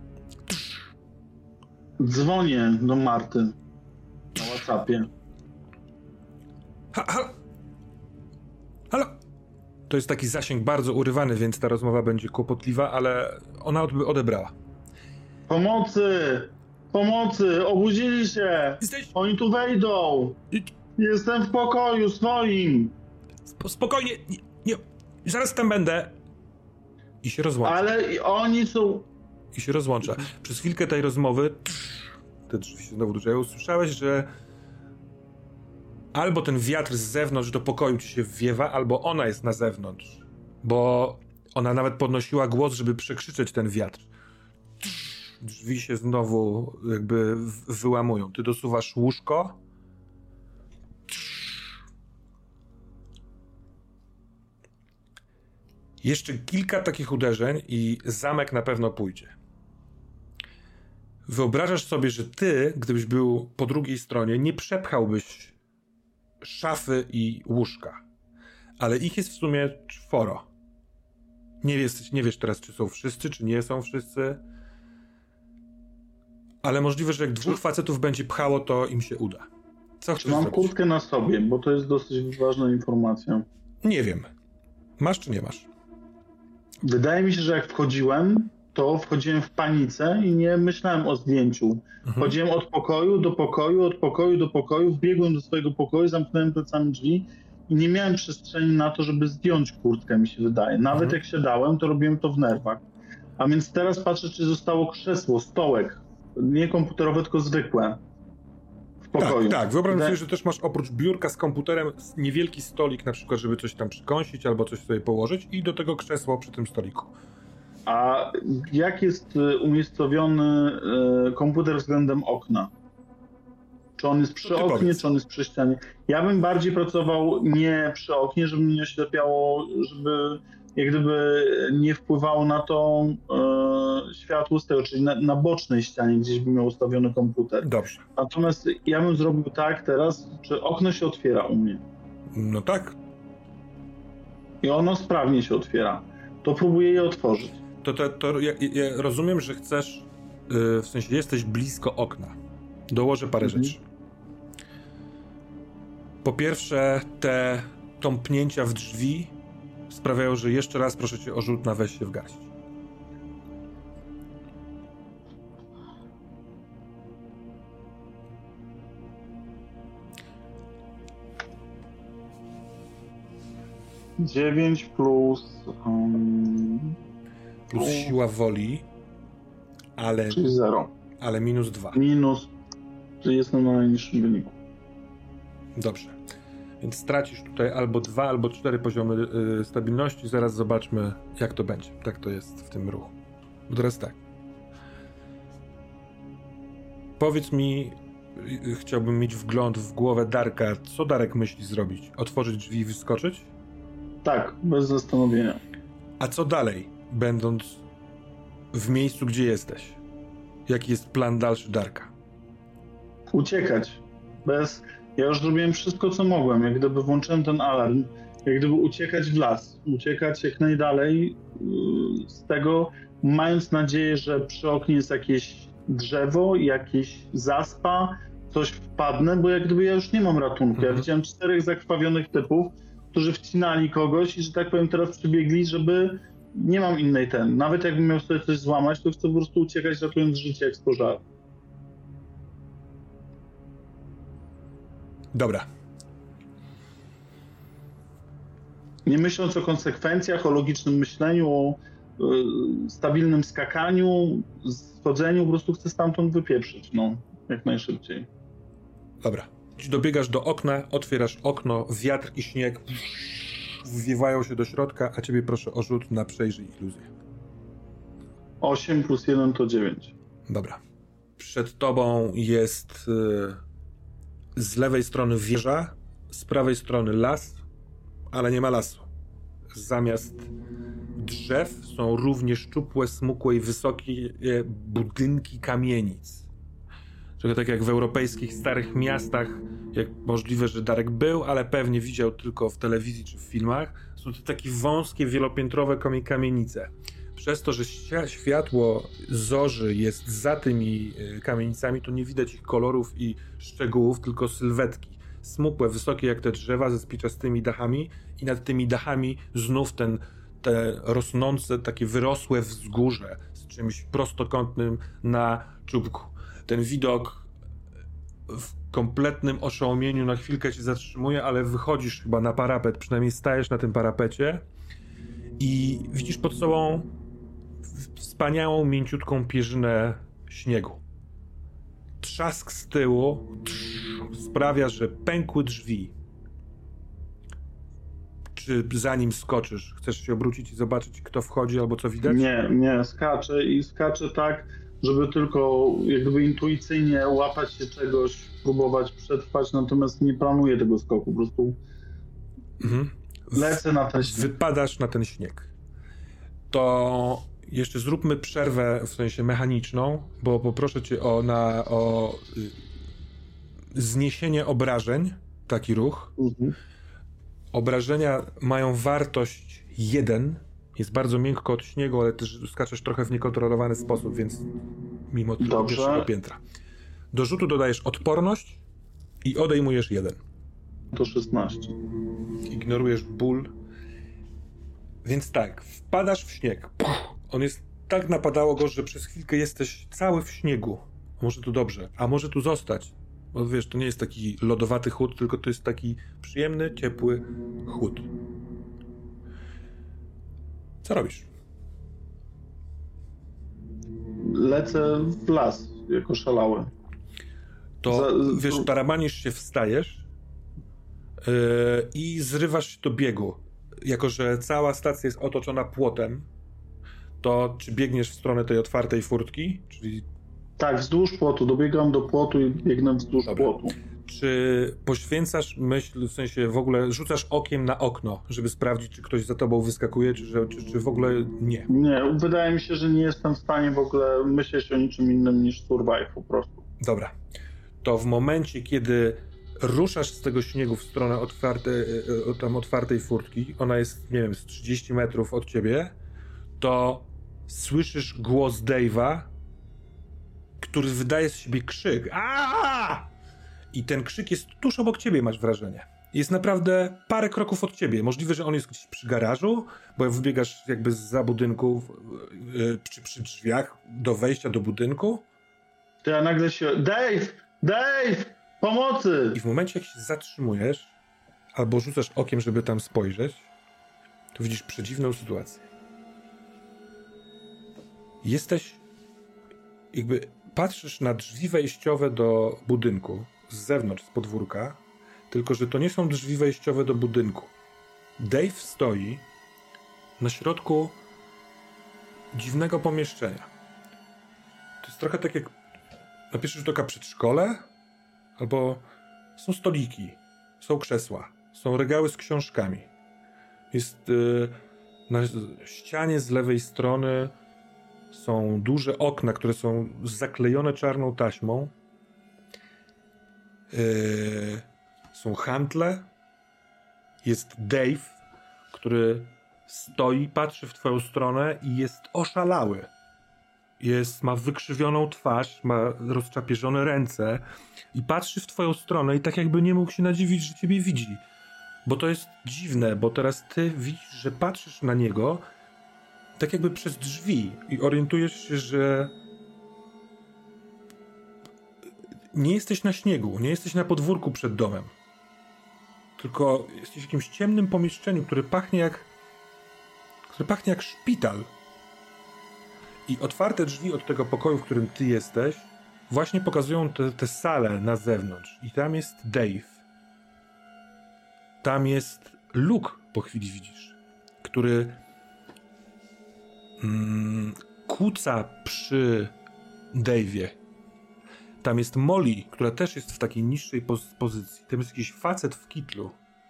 Dzwonię do Marty na WhatsAppie. Halo? To jest taki zasięg bardzo urywany, więc ta rozmowa będzie kłopotliwa, ale ona odebrała. Pomocy! Pomocy! Obudzili się! Oni tu wejdą! Jestem w pokoju swoim! Spokojnie, nie, zaraz tam będę. I się rozłącza. Ale oni są... I się rozłącza. Przez chwilkę tej rozmowy te drzwi się znowu dużo. Usłyszałeś, że albo ten wiatr z zewnątrz do pokoju ci się wwiewa, albo ona jest na zewnątrz. Bo ona nawet podnosiła głos, żeby przekrzyczeć ten wiatr. Drzwi się znowu jakby wyłamują. Ty dosuwasz łóżko. Jeszcze kilka takich uderzeń i zamek na pewno pójdzie. Wyobrażasz sobie, że ty, gdybyś był po drugiej stronie, nie przepchałbyś szafy i łóżka. Ale ich jest w sumie 4. Nie wiesz teraz, czy są wszyscy, czy nie są wszyscy. Ale możliwe, że jak 2 facetów będzie pchało, to im się uda. Co chcesz Mam zrobić? kurtkę na sobie, bo to jest dosyć ważna informacja. Nie wiem. Masz czy nie masz? Wydaje mi się, że jak wchodziłem, to wchodziłem w panice i nie myślałem o zdjęciu. Chodziłem od pokoju do pokoju, od pokoju do pokoju, wbiegłem do swojego pokoju, zamknąłem plecami drzwi i nie miałem przestrzeni na to, żeby zdjąć kurtkę, mi się wydaje. Nawet jak siadałem, to robiłem to w nerwach. A więc teraz patrzę, czy zostało krzesło, stołek. Nie komputerowe, tylko zwykłe. W pokoju. Tak. Wyobraź sobie, że też masz oprócz biurka z komputerem niewielki stolik, na przykład, żeby coś tam przykąsić albo coś sobie położyć i do tego krzesło przy tym stoliku. A jak jest umiejscowiony komputer względem okna? Czy on jest przy oknie, powiedz. czy on jest przy ścianie? Ja bym bardziej pracował nie przy oknie, żeby mnie oślepiało, żeby jak gdyby nie wpływało na to światło z tego, czyli na bocznej ścianie gdzieś bym miał ustawiony komputer. Dobrze. Natomiast ja bym zrobił tak teraz, że okno się otwiera u mnie No tak. i ono sprawnie się otwiera. To próbuję je otworzyć. To ja rozumiem, że chcesz, w sensie jesteś blisko okna. Dołożę parę rzeczy. Po pierwsze, te tąpnięcia w drzwi sprawiają, że jeszcze raz proszę cię o rzut na weź się w garść. Dziewięć plus Plus siła woli, czyli 0. ale minus 2. Minus, czyli jestem na najniższym wyniku. Dobrze. Więc stracisz tutaj albo 2, albo 4 poziomy stabilności. Zaraz zobaczmy, jak to będzie. Tak to jest w tym ruchu. Bo teraz tak. Powiedz mi, chciałbym mieć wgląd w głowę Darka. Co Darek myśli zrobić? Otworzyć drzwi i wyskoczyć? Tak, bez zastanowienia. A co dalej, będąc w miejscu, gdzie jesteś? Jaki jest plan dalszy Darka? Uciekać. Ja już zrobiłem wszystko, co mogłem. Jak gdyby włączyłem ten alarm, jak gdyby uciekać w las. Uciekać jak najdalej z tego, mając nadzieję, że przy oknie jest jakieś drzewo, jakieś zaspa, coś wpadnę, bo jak gdyby ja już nie mam ratunku. Ja widziałem 4 zakrwawionych typów, którzy wcinali kogoś i, że tak powiem, teraz przybiegli, żeby... Nie mam innej Nawet jakbym miał sobie coś złamać, to chcę po prostu uciekać, ratując życie jak z pożaru. Dobra. Nie myśląc o konsekwencjach, o logicznym myśleniu, o stabilnym skakaniu, schodzeniu, po prostu chcę stamtąd wypieprzyć, jak najszybciej. Dobra. Dobiegasz do okna, otwierasz okno, wiatr i śnieg wwiewają się do środka, a ciebie proszę o rzut na przejrzyj iluzję. 8 plus 1 to 9. Dobra. Przed tobą jest z lewej strony wieża, z prawej strony las, ale nie ma lasu. Zamiast drzew są równie szczupłe, smukłe i wysokie budynki kamienic. Trochę tak jak w europejskich starych miastach, jak możliwe, że Darek był, ale pewnie widział tylko w telewizji czy w filmach, są to takie wąskie, wielopiętrowe kamienice. Przez to, że światło zorzy jest za tymi kamienicami, to nie widać ich kolorów i szczegółów, tylko sylwetki. Smukłe, wysokie jak te drzewa ze spiczastymi dachami i nad tymi dachami znów te rosnące, takie wyrosłe wzgórze z czymś prostokątnym na czubku. Ten widok w kompletnym oszołomieniu na chwilkę cię zatrzymuje, ale wychodzisz chyba na parapet, przynajmniej stajesz na tym parapecie i widzisz pod sobą wspaniałą, mięciutką pierzynę śniegu. Trzask z tyłu sprawia, że pękły drzwi. Czy zanim skoczysz, chcesz się obrócić i zobaczyć, kto wchodzi albo co widać? Nie, skaczę tak, żeby tylko jak gdyby intuicyjnie łapać się czegoś, próbować przetrwać, natomiast nie planuję tego skoku, po prostu lecę na ten śnieg. Wypadasz na ten śnieg. To jeszcze zróbmy przerwę, w sensie mechaniczną, bo poproszę cię o zniesienie obrażeń taki ruch. Obrażenia mają wartość 1. Jest bardzo miękko od śniegu, ale też skaczesz trochę w niekontrolowany sposób, więc mimo tylko pierwszego piętra. Do rzutu dodajesz odporność i odejmujesz 1. To 16. Ignorujesz ból. Więc tak, wpadasz w śnieg. On jest tak napadało go, że przez chwilkę jesteś cały w śniegu. Może tu dobrze, a może tu zostać. Bo wiesz, to nie jest taki lodowaty chłód, tylko to jest taki przyjemny, ciepły chłód. Co robisz? Lecę w las, jako szalały. To, wiesz, taramanisz się, wstajesz i zrywasz się do biegu. Jako że cała stacja jest otoczona płotem, to czy biegniesz w stronę tej otwartej furtki? Czyli... Tak, wzdłuż płotu. Dobiegam do płotu i biegnę wzdłuż płotu. Czy poświęcasz myśl, w sensie w ogóle rzucasz okiem na okno, żeby sprawdzić, czy ktoś za tobą wyskakuje, czy w ogóle nie? Nie, wydaje mi się, że nie jestem w stanie w ogóle myśleć o niczym innym niż survive po prostu. Dobra. To w momencie, kiedy ruszasz z tego śniegu w stronę otwartej furtki, ona jest, nie wiem, z 30 metrów od ciebie, to słyszysz głos Dave'a, który wydaje z siebie krzyk. Aaaa! I ten krzyk jest tuż obok ciebie, masz wrażenie. Jest naprawdę parę kroków od ciebie. Możliwe, że on jest gdzieś przy garażu, bo wybiegasz jakby zza budynku, przy drzwiach do wejścia do budynku. To ja nagle się... Dave! Pomocy! I w momencie, jak się zatrzymujesz, albo rzucasz okiem, żeby tam spojrzeć, to widzisz przedziwną sytuację. Jesteś... jakby patrzysz na drzwi wejściowe do budynku z zewnątrz, z podwórka, tylko że to nie są drzwi wejściowe do budynku. Dave stoi na środku dziwnego pomieszczenia. To jest trochę tak jak na pierwszy rzut oka przedszkole, albo są stoliki, są krzesła, są regały z książkami. Jest na ścianie z lewej strony są duże okna, które są zaklejone czarną taśmą. Są handle. Jest Dave, który stoi, patrzy w twoją stronę i jest oszalały. Ma wykrzywioną twarz, ma rozczapieżone ręce i patrzy w twoją stronę i tak jakby nie mógł się nadziwić, że ciebie widzi. Bo to jest dziwne, bo teraz ty widzisz, że patrzysz na niego tak jakby przez drzwi i orientujesz się, że nie jesteś na śniegu, nie jesteś na podwórku przed domem, tylko jesteś w jakimś ciemnym pomieszczeniu, które pachnie jak szpital. I otwarte drzwi od tego pokoju, w którym ty jesteś, właśnie pokazują tę salę na zewnątrz. I tam jest Dave. Tam jest Luke, po chwili widzisz, który kuca przy Dave'ie. Tam jest Molly, która też jest w takiej niższej pozycji. Tam jest jakiś facet w kitlu.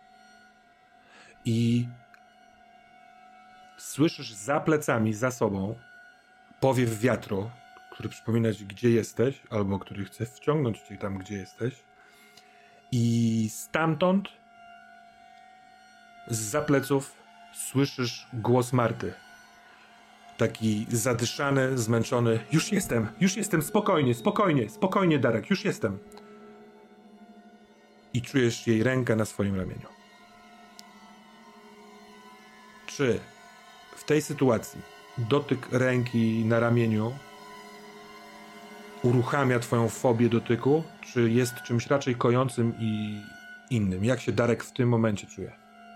I słyszysz za plecami, za sobą powiew wiatru, który przypomina ci, gdzie jesteś, albo który chce wciągnąć cię tam, gdzie jesteś. I stamtąd, zza pleców, słyszysz głos Marty. Taki zadyszany, zmęczony. Już jestem, spokojnie, Darek, już jestem. I czujesz jej rękę na swoim ramieniu. Czy w tej sytuacji dotyk ręki na ramieniu uruchamia twoją fobię dotyku, czy jest czymś raczej kojącym i innym? Jak się Darek w tym momencie czuje?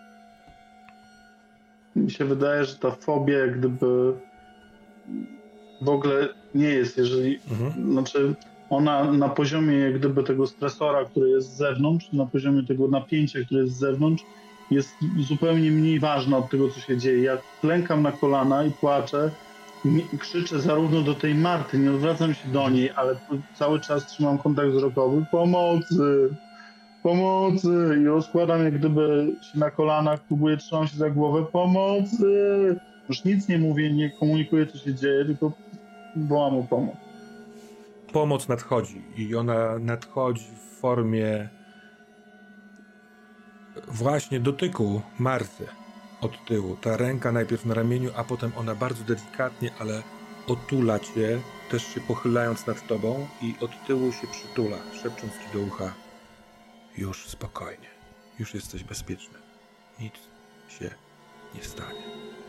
Mi się wydaje, że ta fobia jak gdyby w ogóle nie jest, jeżeli znaczy ona na poziomie jak gdyby tego stresora, który jest z zewnątrz, na poziomie tego napięcia, które jest z zewnątrz, jest zupełnie mniej ważna od tego, co się dzieje. Ja klękam na kolana i płaczę, krzyczę zarówno do tej Marty, nie odwracam się do niej, ale cały czas trzymam kontakt wzrokowy. Pomocy! I rozkładam jak gdyby się na kolanach, próbuję trzymać się za głowę. Pomocy! Już nic nie mówię, nie komunikuję, co się dzieje, tylko wołam o pomoc. Pomoc nadchodzi i ona nadchodzi w formie właśnie dotyku Marty od tyłu. Ta ręka najpierw na ramieniu, a potem ona bardzo delikatnie, ale otula cię, też się pochylając nad tobą i od tyłu się przytula, szepcząc ci do ucha: już spokojnie, już jesteś bezpieczny. Nic się nie stanie.